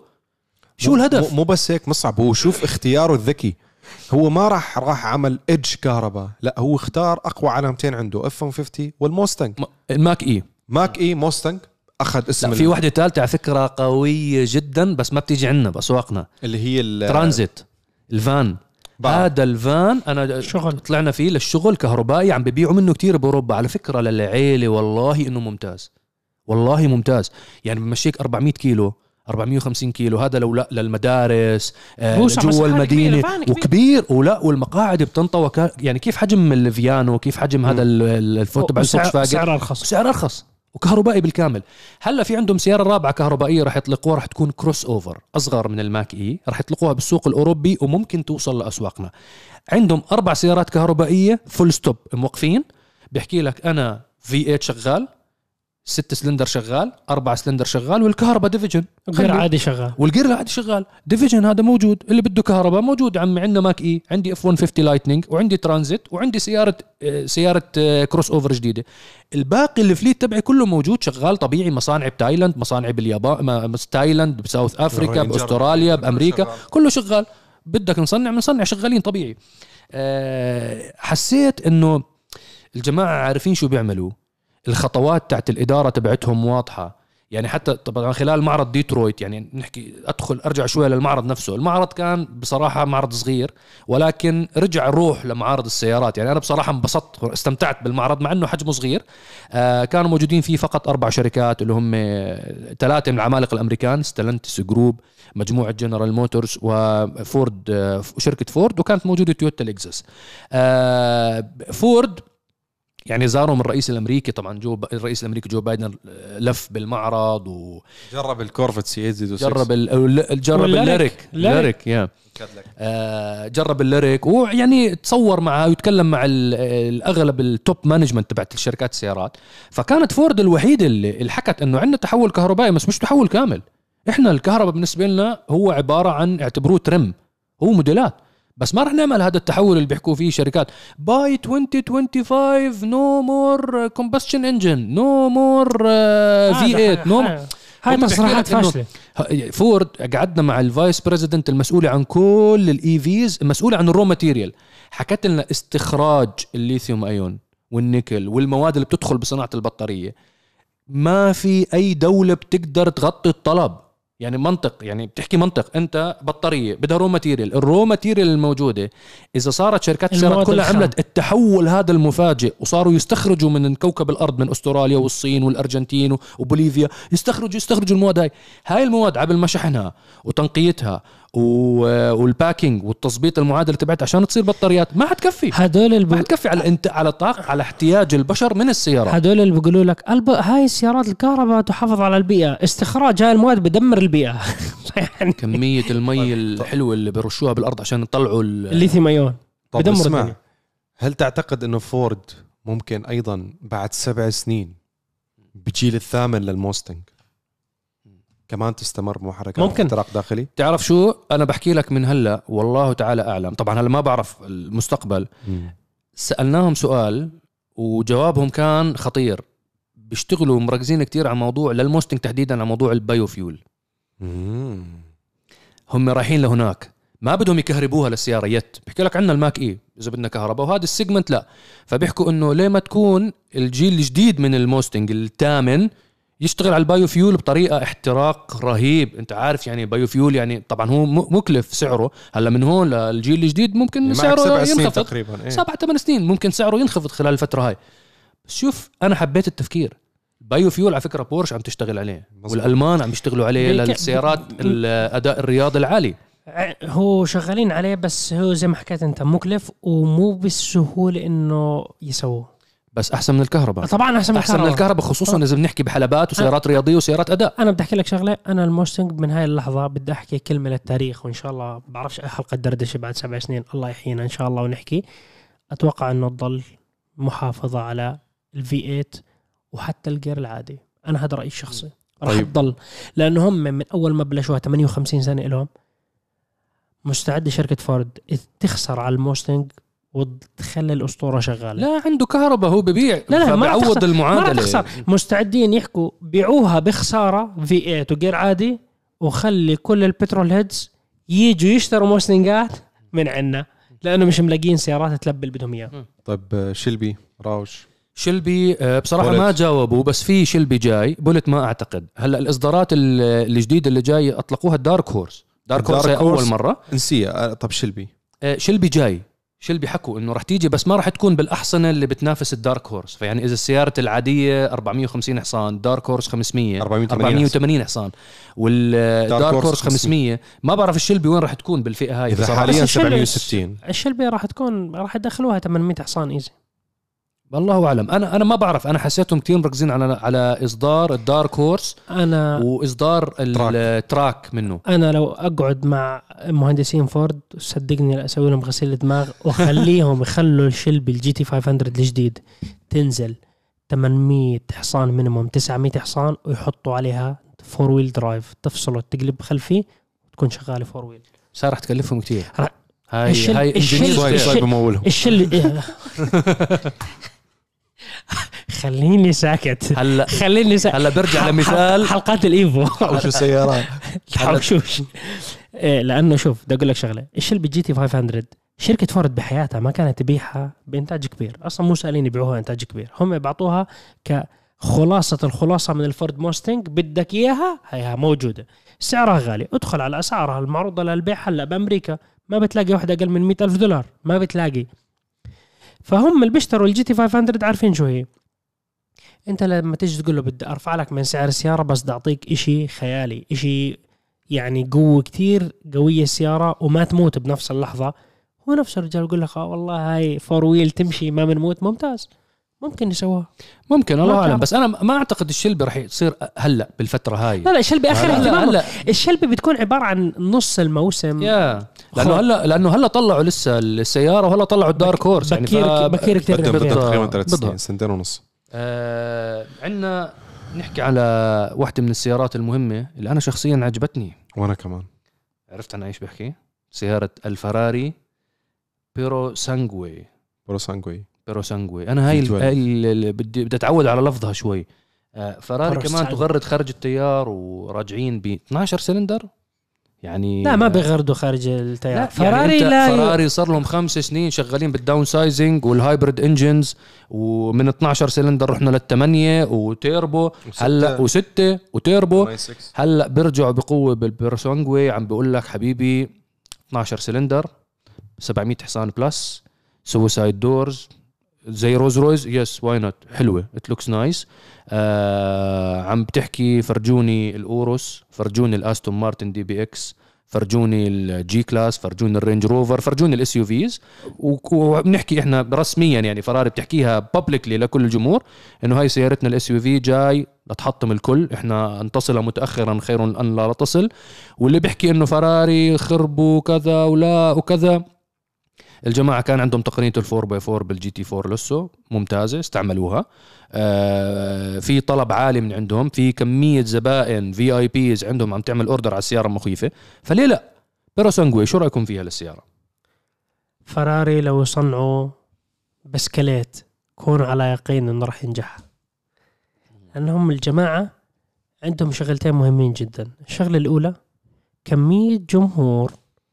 Speaker 2: شو الهدف؟
Speaker 3: مو بس هيك مصعب، هو شوف اختياره الذكي، هو ما راح راح عمل إدج كهرباء، لا هو اختار أقوى علامتين عنده، إف مية وخمسين والموستنج
Speaker 2: الماك إي
Speaker 3: ماك إي موستنج. أخذ اسم
Speaker 2: في واحدة ثالثة على فكرة قوية جدا بس ما بتيجي عنا بأسواقنا،
Speaker 3: اللي هي
Speaker 2: الترانزيت الفان. بقى. هذا الفان أنا شغل طلعنا فيه للشغل كهربائي، عم ببيعوا منه كتير بأوروبا على فكرة للعيلة، والله إنه ممتاز، والله ممتاز. يعني بمشيك أربعمية كيلو أربعمية وخمسين كيلو، هذا لو لا للمدارس آه جوا المدينة كبير وكبير، ولا والمقاعد بتنطوى يعني كيف حجم الفيانو، كيف حجم م. هذا الفوت تبع الفولكس
Speaker 1: سعر أرخص،
Speaker 2: سعر أرخص وكهربائي بالكامل. هلا في عندهم سيارة رابعة كهربائية راح يطلقوها، راح تكون كروس اوفر أصغر من الماك إي، راح يطلقوها بالسوق الأوروبي وممكن توصل لأسواقنا. عندهم أربع سيارات كهربائية فول ستوب موقفين، بيحكي لك أنا في ثمانية شغال، ست سلندر شغال، أربع سلندر شغال، والكهرباء ديفيجن
Speaker 1: غير عادي شغال،
Speaker 2: والغير العادي شغال ديفيجن. هذا موجود، اللي بده كهرباء موجود. عمي عندنا ماك إي، عندي إف مية وخمسين لايتنينج، وعندي ترانزيت، وعندي سيارة سيارة كروس أوفر جديدة. الباقي الفليت تبعي كله موجود شغال طبيعي، مصانع بتايلاند، مصانع باليابان، تايلاند، بساوث أفريكا، بأستراليا، بأمريكا، كله شغال. بدك نصنع منصنع، شغالين طبيعي. أه حسيت إنه الجماعة عارفين شو بيعملوا، الخطوات تاعت الإدارة تبعتهم واضحة. يعني حتى طبعا خلال معرض ديترويت، يعني نحكي أدخل أرجع شوية للمعرض نفسه، المعرض كان بصراحة معرض صغير ولكن رجع الروح لمعارض السيارات. يعني أنا بصراحة انبسطت استمتعت بالمعرض مع أنه حجمه صغير. آه كانوا موجودين فيه فقط أربع شركات اللي هم ثلاثة من العمالقة الأمريكان، ستلنتس جروب، مجموعة جنرال موتورز، وفورد آه شركة فورد، وكانت موجودة تويوتا ليكزس. آه فورد يعني زاروا من الرئيس الامريكي، طبعا جو الرئيس الامريكي جو بايدن لف بالمعرض
Speaker 3: وجرب الكورفت سي
Speaker 2: جرب ال جرب الليريك الليريك يا آه جرب الليريك، ويعني تصور معه ويتكلم مع الاغلب التوب مانجمنت تبعت الشركات السيارات. فكانت فورد الوحيده اللي حكت انه عندنا تحول كهربائي، بس مش تحول كامل. احنا الكهرباء بالنسبه لنا هو عباره عن اعتبروه ترم، هو موديلات، بس ما رح نعمل هذا التحول اللي بيحكوا فيه شركات باي ألفين وخمسة وعشرين نو مور كومبشن انجن، نو مور في ثمانية، نو.
Speaker 1: هاي تصريحات فاشله.
Speaker 2: فورد قعدنا مع الفايس بريزيدنت المسؤول عن كل الايفيز، المسؤول عن الرو ماتيريال، حكت لنا استخراج الليثيوم ايون والنيكل والمواد اللي بتدخل بصناعه البطاريه ما في اي دوله بتقدر تغطي الطلب. يعني منطق، يعني بتحكي منطق، انت بطاريه بدها رو ماتيريال، الرو ماتيريال الموجوده اذا صارت شركات السيارات كلها عملت التحول هذا المفاجئ وصاروا يستخرجوا من كوكب الارض، من استراليا والصين والارجنتين وبوليفيا، يستخرجوا يستخرجوا المواد هاي هاي المواد عبل ما شحنها وتنقيتها والباكينج والتظبيط المعادله تبعت عشان تصير بطاريات ما حتكفي.
Speaker 1: هدول الب...
Speaker 2: ما حتكفي على انت على طاقه على احتياج البشر من السيارات.
Speaker 1: هدول اللي بيقولوا لك الب... هاي السيارات الكهرباء تحافظ على البيئه، استخراج هاي المواد بدمر البيئه.
Speaker 2: يعني كميه المي الحلوه اللي بيرشوها بالارض عشان يطلعوا
Speaker 1: الليثيوم ايون بدمر الدنيا.
Speaker 3: هل تعتقد انه فورد ممكن ايضا بعد سبع سنين بجيل الثامن للموستنج كمان تستمر بمحركات
Speaker 1: ممكن
Speaker 3: احتراق داخلي؟
Speaker 2: تعرف شو انا بحكي لك من هلا، والله تعالى اعلم، طبعا هلا ما بعرف المستقبل. م. سالناهم سؤال وجوابهم كان خطير. بيشتغلوا مركزين كتير على موضوع للموستنج تحديدا على موضوع البايو فيول.
Speaker 3: مم.
Speaker 2: هم رايحين لهناك ما بدهم يكهربوها للسيارة يت، بيحكي لك عنا الماك اي اذا بدنا كهرباء، وهذا السيجمنت لا. فبيحكوا انه ليه ما تكون الجيل الجديد من الموستنج الثامن يشتغل على البايو فيول بطريقة احتراق رهيب. انت عارف يعني بايو فيول يعني طبعا هو مكلف سعره، هلا من هون للجيل الجديد ممكن
Speaker 3: يعني
Speaker 2: سعره ينخفض
Speaker 3: تقريبا إيه؟
Speaker 2: سبعة ثمان سنين ممكن سعره ينخفض خلال الفترة هاي. بس شوف انا حبيت التفكير، بايو فيول على فكرة بورش عم تشتغل عليه مزبط. والألمان عم يشتغلوا عليه للسيارات الأداء الرياضي العالي.
Speaker 1: هو شغالين عليه بس هو زي ما حكيت انت مكلف ومو بالسهولة انه يسووه،
Speaker 2: بس احسن من الكهرباء.
Speaker 1: طبعا احسن من
Speaker 2: احسن من الكهرباء خصوصا اذا بنحكي بحلبات وسيارات رياضيه وسيارات اداء.
Speaker 1: انا بدي احكي لك شغله، انا الموستنج من هاي اللحظه بدي احكي كلمه للتاريخ، وان شاء الله بعرفش اي حلقه دردشه بعد سبع سنين الله يحيينا ان شاء الله ونحكي. اتوقع انه تضل محافظه على الفي ثمانية وحتى الجير العادي. انا هذا رايي الشخصي، راح
Speaker 3: طيب.
Speaker 1: تضل لانه هم من اول ما بلشوها ثمانية وخمسين سنه لهم مستعده شركه فورد تخسر على الموستنج وتخلي الأسطورة شغالة.
Speaker 2: لا عنده كهرباء هو ببيع،
Speaker 1: لا لا ما
Speaker 2: بيعوض المعادلة.
Speaker 1: ما مستعدين يحكوا بيعوها بخسارة في ثمانية وغير عادي، وخلي كل البترول هيدز ييجوا يشتروا موستنجات من عنا لأنه مش ملاقين سيارات تلبي اللي بدهم إياه.
Speaker 3: طيب شلبي راوش
Speaker 2: شلبي بصراحة
Speaker 3: بولت.
Speaker 2: ما جاوبوا، بس في شلبي جاي. بولت ما أعتقد. هلأ الإصدارات الجديدة اللي جاي أطلقوها الدارك هورس. دارك هورس أول مرة
Speaker 3: نسيه. طب شلبي
Speaker 2: شلبي جاي شلبي حكوا انه رح تيجي بس ما رح تكون بالاحصنه اللي بتنافس الدارك هورس. فيعني اذا السياره العاديه أربعمية وخمسين حصان، دارك هورس خمسمية أربعمية وثمانين حصان، والدارك هورس خمسمية. ما بعرف الشلبي وين رح تكون بالفئه هاي
Speaker 3: بصراحه. حاليا سبعمية وستين.
Speaker 1: الشلبي راح تكون راح يدخلوها ثمانمية حصان ايزي.
Speaker 2: والله اعلم. انا انا ما بعرف. انا حسيتهم كتير مركزين على على اصدار الدارك هورس
Speaker 1: انا
Speaker 2: واصدار التراك منه.
Speaker 1: انا لو اقعد مع مهندسين فورد صدقني اسوي لهم غسيل دماغ واخليهم يخلوا الشلبي الجي تي خمسمية الجديد تنزل ثمانمية حصان مينيموم تسعمية حصان ويحطوا عليها فور ويل درايف، تفصله تقلب خلفي وتكون شغاله فور ويل.
Speaker 2: صار رح تكلفهم كتير.
Speaker 1: رح...
Speaker 2: هاي
Speaker 1: الشل...
Speaker 2: هاي
Speaker 1: الشل...
Speaker 3: الشل...
Speaker 1: الشل... خليني ساكت.
Speaker 2: هلا
Speaker 1: خليني ساكت.
Speaker 2: هلا برجع لمثال
Speaker 1: حلقات الايفو
Speaker 3: حوش السيارات
Speaker 1: الحوشوش. إيه لانه شوف بدي اقول لك شغله، الشلبي جي تي خمسمية شركه فورد بحياتها ما كانت تبيعها بانتاج كبير، اصلا مو سالين يبيعوها انتاج كبير، هم بعطوها كخلاصه الخلاصه من الفورد موستنج. بدك اياها هيها موجوده، سعرها غالي، ادخل على اسعارها المعروضه للبيع هلا بامريكا ما بتلاقي واحده اقل من مئة ألف دولار، ما بتلاقي. فهم اللي بيشتروا الجي تي خمسمية عارفين شو هي. انت لما تيجي تقول له بدي ارفع لك من سعر السياره بس بدي اعطيك اشي خيالي، اشي يعني قوه كتير قويه السياره وما تموت بنفس اللحظه، هو نفس الرجال يقول لك اه والله هاي فور ويل تمشي ما بنموت، ممتاز ممكن يسووها،
Speaker 2: ممكن الله اعلم. بس انا ما اعتقد الشلبي رح يصير هلا بالفتره هاي.
Speaker 1: لا لا الشلبي اخر
Speaker 2: هلا, هلا.
Speaker 1: الشلبي بتكون عباره عن نص الموسم
Speaker 2: يا لانه هلا لانه هلا طلعوا لسه السياره وهلا طلعوا الدارك هورس
Speaker 1: بكير يعني بكير كثير
Speaker 3: تقريبا ثلاث سنين سنتين ونص.
Speaker 2: آه عندنا نحكي على واحدة من السيارات المهمة اللي أنا شخصيا عجبتني
Speaker 3: وأنا كمان.
Speaker 2: عرفت أنا إيش بحكي؟ سيارة الفراري بيرو سانغوي.
Speaker 3: بيرو سانغوي
Speaker 2: بيرو سانغوي أنا هاي اللي بدي بدي أتعود على لفظها شوي. آه فراري كمان سانغوي. تغرد خارج التيار وراجعين ب اثنا عشر سلندر يعني.
Speaker 1: لا ما بيغردوا خارج التيار.
Speaker 2: لا فراري يعني لا فراري صار لهم خمس سنين شغالين بالداون سايزنج والهايبرد انجنز، ومن اثنا عشر سلندر رحنا للثمانية وتيربو هلا وستة وتيربو. هلا بيرجعوا بقوة بالبيرسونغوي. عم بقول لك حبيبي اثنا عشر سلندر سبعمية حصان بلس سويسايد دورز زي روز رويز. يس واي نوت حلوة ات لوكس نايس. عم بتحكي فرجوني الأوروس، فرجوني الأستون مارتن دي بي إكس، فرجوني الجي كلاس، فرجوني الرينج روفر، فرجوني الاس يو فيز. وبنحكي احنا رسميا يعني فراري بتحكيها بابليكلي لكل الجمهور انه هاي سيارتنا الاس يو في جاي لتحطم الكل، احنا انتصل متاخرا خير ان لا تصل. واللي بيحكي انه فراري خربوا كذا ولا وكذا، الجماعة كان عندهم تقنية الفور باي فور بالجي تي فور لسه ممتازة استعملوها. آه في طلب عالي من عندهم، في كمية زبائن في اي بيز عندهم عم تعمل اوردر على السيارة مخيفة. فليه لا بيرو سانغوي شو رأيكم فيها للسيارة؟
Speaker 1: فراري لو صنعوا بسكليت كونوا على يقين انه راح ينجح. لأنهم الجماعة عندهم شغلتين مهمين جدا. الشغلة الأولى كمية جمهور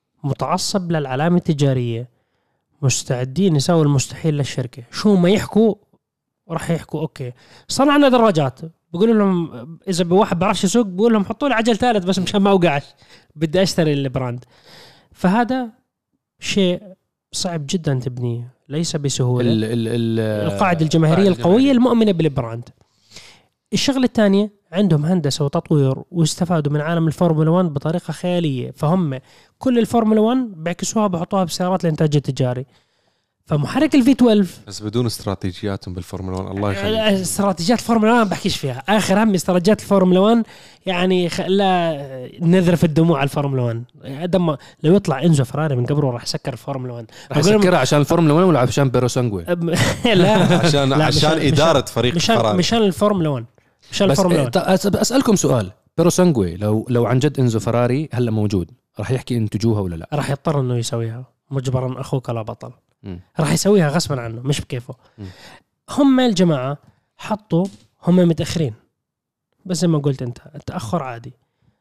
Speaker 1: متعصب للعلامة التجارية مستعدين يساووا المستحيل للشركة. شو ما يحكوا راح يحكوا أوكي صنعنا دراجات، بقول لهم إذا بواحد بعرفش يسوق بقول لهم حطوا لي عجل ثالث بس مشان ما أوقعش بدي أشتري البراند. فهذا شيء صعب جدا تبنيه، ليس بسهولة.
Speaker 2: ال ال ال
Speaker 1: القاعدة الجماهيرية القوية المؤمنة بالبراند. الشغلة الثانية عندهم هندسة وتطوير واستفادوا من عالم الفورمولا واحد بطريقة خيالية، فهم كل الفورمولا واحد بيعكسوها بحطوها بسيارات الانتاج التجاري. فمحرك الفي اثني عشر
Speaker 3: بس بدون استراتيجياتهم بالفورمولا واحد الله يخليك.
Speaker 1: استراتيجيات الفورمولا واحد ما بحكيش فيها، اخر هم استراتيجيات الفورمولا واحد يعني خ... لا نذرف الدموع على الفورمولا واحد. دم لو يطلع انزو فراري من قبره راح يسكر الفورمولا واحد.
Speaker 2: راح يسكرها عشان الفورمولا واحد ولا عشان بيروسانغوي؟
Speaker 1: لا
Speaker 3: عشان
Speaker 1: لا
Speaker 3: عشان
Speaker 1: مشان
Speaker 3: اداره فريق
Speaker 1: مشان
Speaker 3: فراري
Speaker 1: مشان الفورمولا واحد مشان الفورمولا واحد.
Speaker 2: بس اسالكم سؤال، بيروسانغوي لو لو عن جد انزو فراري هلا موجود راح يحكي انتجوها ولا لا؟
Speaker 1: راح يضطر انه يسويها مجبرا، اخوك لا بطل.
Speaker 2: م.
Speaker 1: راح يسويها غصبا عنه مش بكيفه. م. هم الجماعة حطوا هم متأخرين، بس زي ما قلت انت التأخر عادي.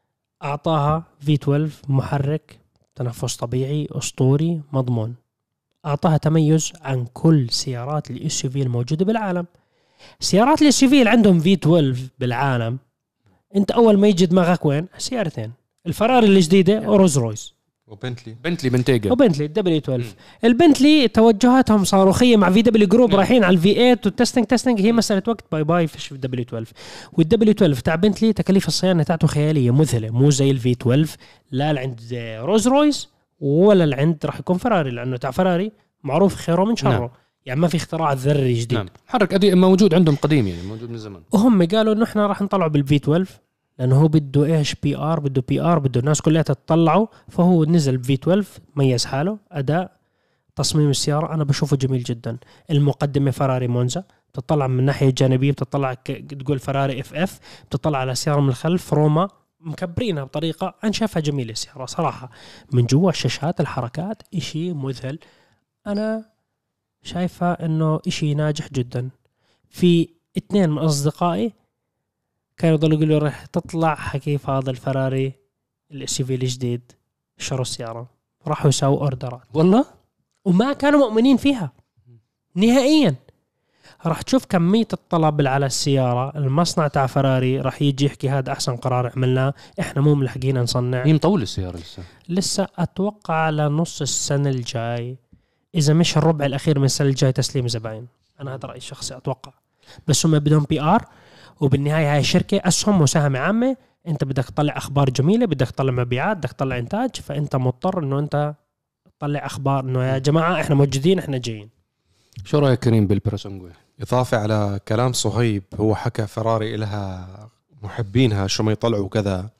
Speaker 1: اعطاها في اثني عشر محرك تنفس طبيعي اسطوري مضمون، اعطاها تميز عن كل سيارات الاس يو في الموجودة بالعالم. سيارات الاس يو في اللي عندهم في اثني عشر بالعالم انت اول ما يجي دماغك وين؟ سيارتين، الفراري الجديدة وروز رويس
Speaker 3: وبنتلي
Speaker 2: بنتلي بنتيجا
Speaker 1: وبنتلي دبليو اثني عشر. البنتلي توجهاتهم صاروخيه مع في دبليو جروب رايحين على الفي ثمانية والتستنج تستنج هي مساله وقت. باي باي فيش في دبليو اثني عشر. والدبليو اثني عشر تاع بنتلي تكاليف الصيانه تاعته خياليه مذهله، مو زي الفي اثني عشر لا عند روز رويس ولا عند راح يكون فراري، لانه تاع فراري معروف خيره من شره. نعم. يعني ما في اختراع ذري جديد.
Speaker 2: نعم. محرك قديم موجود عندهم قديم يعني موجود من زمان.
Speaker 1: وهم قالوا انه احنا راح نطلع بالفي اثني عشر لأنه هو بده إيش بي آر، بده بي آر، بده الناس كلها تطلعوا. فهو نزل بفي اثني عشر ميز حاله. أداء تصميم السيارة أنا بشوفه جميل جدا. المقدمة فراري مونزا، بتطلع من الناحية الجانبية بتطلع تقول فراري اف اف، بتطلع على سيارة من الخلف روما مكبرينها بطريقة أنا شايفها جميلة السيارة صراحة. من جوا الشاشات الحركات إشي مذهل، أنا شايفها إنه إشي ناجح جدا. في اثنين من أصدقائي كانوا يضلوا يقولوا راح تطلع حكيف هذا الفراري الاس يو في الجديد، شروا السيارة راحوا يساووا اوردرات
Speaker 2: والله
Speaker 1: وما كانوا مؤمنين فيها نهائيا. راح تشوف كمية الطلب على السيارة. المصنع تاع فراري راح يجي يحكي هذا أحسن قرار عملناه، إحنا مو ملحقين نصنع.
Speaker 2: هي مطول السيارة لسه
Speaker 1: لسه أتوقع على نص السنة الجاي، إذا مش الربع الأخير من السنة الجاي تسليم زباين. أنا هذا رأيي الشخصي أتوقع. بس هم بدهم بي آر، وبالنهاية هاي الشركة أسهم مساهمة عامة. أنت بدك تطلع أخبار جميلة، بدك تطلع مبيعات، بدك تطلع إنتاج، فأنت مضطر إنه أنت تطلع أخبار إنه يا جماعة إحنا موجودين إحنا جايين.
Speaker 2: شو رأيك كريم بالبيروسانغوي؟
Speaker 3: إضافة على كلام صهيب، هو حكى فراري إلها محبينها شو ما يطلعوا كذا.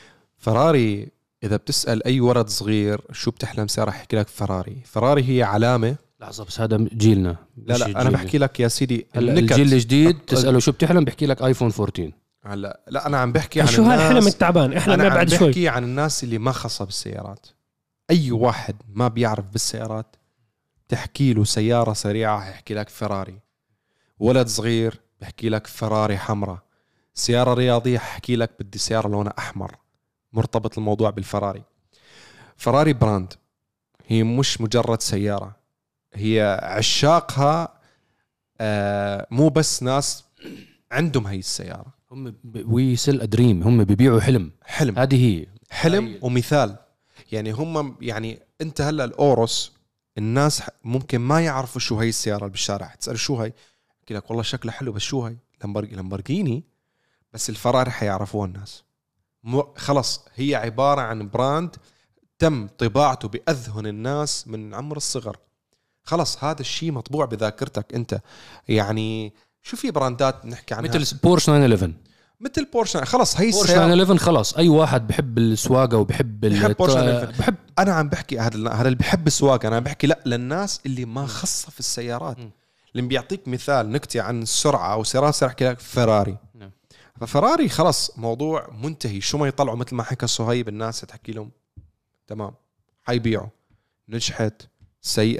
Speaker 3: فراري إذا بتسأل أي ولد صغير شو بتحلم سيارة يحكي لك فراري. فراري هي علامة.
Speaker 2: لحظة بس هذا جيلنا.
Speaker 3: لا لا أنا بحكي لك يا سيدي
Speaker 2: الجيل الجديد تسأله شو بتحلم بيحكي لك آيفون أربعة عشر.
Speaker 3: هلا لا أنا عم بحكي عن
Speaker 1: شو هالحلم التعبان. إحنا
Speaker 3: أنا
Speaker 1: ما بعد
Speaker 3: عم
Speaker 1: شوي
Speaker 3: بحكي عن الناس اللي ما خصها بالسيارات. أي واحد ما بيعرف بالسيارات تحكي له سيارة سريعة يحكي لك فراري. ولد صغير بحكي لك فراري حمراء. سيارة رياضية حكي لك بدي سيارة لونها أحمر. مرتبط الموضوع بالفراري. فراري براند، هي مش مجرد سيارة، هي عشاقها آه مو بس ناس عندهم هاي السيارة.
Speaker 2: هم ويسل أدريم، هم بيبيعوا حلم.
Speaker 3: حلم
Speaker 2: هذه هي
Speaker 3: حلم
Speaker 2: هاي.
Speaker 3: ومثال. يعني هم يعني أنت هلأ الأوروس الناس ممكن ما يعرفوا شو هاي السيارة بالشارع. تسأل شو هاي يحكي لك والله شكلها حلو، بس شو هاي؟ لامبورغيني. بس الفراري حيعرفوها الناس. خلص هي عبارة عن براند تم طباعته بأذهن الناس من عمر الصغر. خلص هذا الشيء مطبوع بذاكرتك أنت. يعني شو في براندات نحكي عنها
Speaker 2: مثل بورش تسعة إحدى عشر،
Speaker 3: مثل بورش خلص هي
Speaker 2: بورش تسعة إحدى عشر خلص أي واحد بحب السواقة وبحب
Speaker 3: بحب بورش
Speaker 2: الت...
Speaker 3: بحب. أنا عم بحكي هذا هذا اللي بحب السواقة. أنا عم بحكي لا للناس اللي ما خصها في السيارات. م. اللي بيعطيك مثال نكتي عن السرعة أو سيارات سرعة أحكي لك فراري. م. ففراري خلص موضوع منتهي. شو ما يطلعوا مثل ما حكى صهيب الناس تحكي لهم تمام حيبيعوا. نجحت سيئة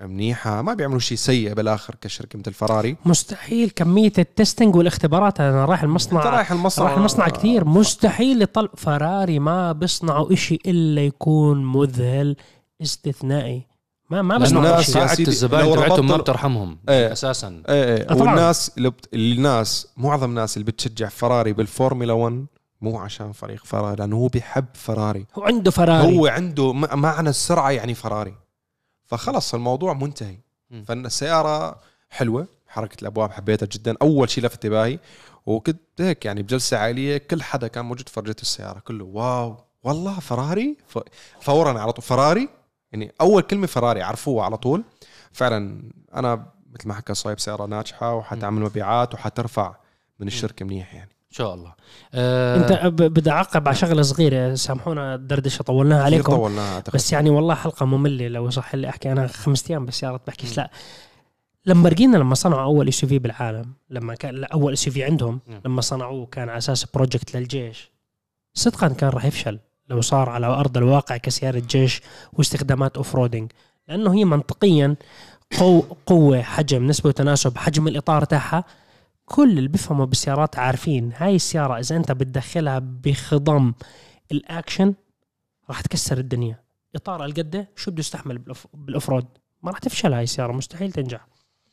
Speaker 3: منيحه، ما بيعملوا شيء سيء بالاخر كشركه مثل فراري.
Speaker 1: مستحيل كميه التستنج والاختبارات. انا رايح المصنع
Speaker 3: انت رايح المصنع
Speaker 1: رايح المصنع كثير، مستحيل يطلع فراري ما بيصنعوا إشي الا يكون مذهل استثنائي. ما ما بيصنعوا
Speaker 3: الناس
Speaker 1: شيء.
Speaker 3: يا
Speaker 2: ساعة
Speaker 3: سيدي
Speaker 2: الزبائن
Speaker 3: لو
Speaker 2: تبعتهم ما
Speaker 3: ربطوا-
Speaker 2: بترحمهم
Speaker 3: ايه.
Speaker 2: اساسا.
Speaker 3: ايه ايه
Speaker 1: طبعاً.
Speaker 3: والناس اللي بت... الناس معظم الناس اللي بتشجع فراري بالفورمولا واحد مو عشان فريق فراري، لانه هو بيحب فراري،
Speaker 1: هو عنده فراري.
Speaker 3: هو عنده م- معنى السرعه يعني فراري، فخلص الموضوع منتهي.
Speaker 2: م.
Speaker 3: فالسياره حلوه، حركه الابواب حبيتها جدا، اول شيء لفت انتباهي. وكنت هيك يعني بجلسه عائليه كل حدا كان موجود فرجته السياره كله واو والله فراري. ف... فورا على طول فراري، يعني اول كلمه فراري عرفوها على طول. فعلا انا مثل ما حكى صايب سياره ناجحه وحتعمل مبيعات وحترفع من الشركه منيح يعني
Speaker 2: ان شاء الله. أه
Speaker 1: انت ب- بدي اعقب على شغله صغيره، سامحونا الدردشه طولناها عليكم،
Speaker 3: طولنا أعتقد.
Speaker 1: بس يعني والله حلقه ممله. لو صح لي احكي انا خمسة ايام بالسياره بحكيش. لا، لامبورجيني لما صنعوا اول اس يو في بالعالم، لما كان اول اس يو في عندهم لما صنعوه كان على اساس بروجكت للجيش، صدقا كان راح يفشل لو صار على ارض الواقع كسياره جيش واستخدامات اوف رودينج، لانه هي منطقيا قو قوه حجم نسبه وتناسب حجم الاطار تاعها. كل اللي بيفهموا بالسيارات عارفين هاي السياره اذا انت بتدخلها بخضم الاكشن راح تكسر الدنيا. اطار القده شو بده يستحمل بالأف... بالافرود؟ ما راح تفشل هاي السياره، مستحيل تنجح.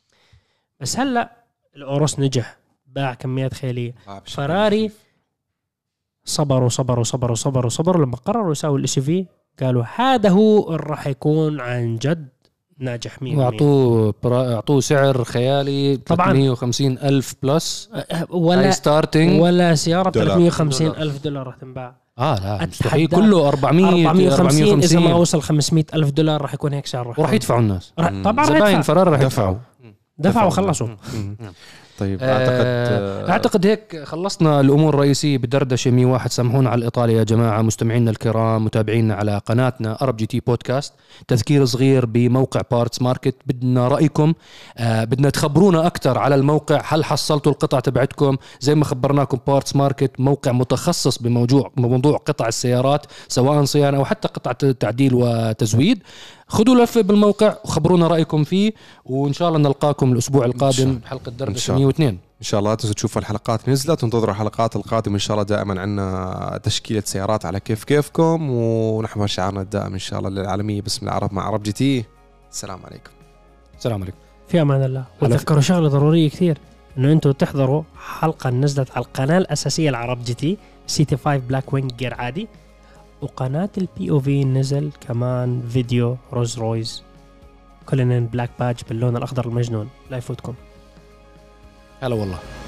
Speaker 1: بس هلا الاوروس نجح، باع كميات خياليه. فراري صبروا صبروا صبروا صبروا صبروا لما قرروا يساووا الاس في قالوا هذا هو اللي راح يكون عن جد ناجح مية بالمية.
Speaker 2: واعطوه برا... اعطوه سعر خيالي
Speaker 1: طبعاً.
Speaker 2: ثلاثمية وخمسين ألف بلس
Speaker 1: ولا
Speaker 2: ستارتنج.
Speaker 1: ولا سياره ب
Speaker 3: دولار.
Speaker 1: ثلاثمية وخمسين ألف دولار راح تنباع.
Speaker 2: اه لا
Speaker 1: أتحدى
Speaker 2: مستحيل، كله أربعمية
Speaker 1: أربعمية وخمسين اذا ما
Speaker 2: أربعمية
Speaker 1: وصل خمسمية ألف دولار راح يكون هيك سعر.
Speaker 2: وراح يدفعوا الناس.
Speaker 1: راح- طبعا راح
Speaker 2: زباين
Speaker 1: يدفع.
Speaker 2: فرار راح
Speaker 3: دفعوا.
Speaker 2: يدفعوا.
Speaker 1: دفعوا وخلصوا.
Speaker 3: طيب اعتقد
Speaker 2: آه، اعتقد هيك خلصنا الامور الرئيسيه بدردشه مية وواحد. سامحونا على الاطاله يا جماعه، مستمعينا الكرام متابعينا على قناتنا ارب جي تي بودكاست. تذكير صغير بموقع بارتس ماركت، بدنا رايكم، آه بدنا تخبرونا اكثر على الموقع. هل حصلتوا القطع تبعتكم؟ زي ما خبرناكم بارتس ماركت موقع متخصص بموضوع بموضوع قطع السيارات، سواء صيانه او حتى قطع تعديل وتزويد. خذوا لفه بالموقع وخبرونا رايكم فيه، وان شاء الله نلقاكم الاسبوع القادم بحلقه دردشه مية واثنين.
Speaker 3: ان شاء الله تنسوا تشوفوا الحلقات نزلت، وانتظروا الحلقات القادمه ان شاء الله. دائما عندنا تشكيله سيارات على كيف كيفكم، ونحمل شعارنا الدائم ان شاء الله للعالميه باسم العرب مع عرب جي تي. السلام عليكم.
Speaker 2: السلام عليكم.
Speaker 1: في امان الله. وتذكروا شغله ضروريه كثير، انه انتم تحضروا حلقه نزلت على القناه الاساسيه العرب جي تي سي تي خمسة بلاك وينج جير عادي، وقناه البي او في نزل كمان فيديو روز رويز كلنا بلاك باج باللون الاخضر المجنون. لا يفوتكم.
Speaker 2: هلا والله.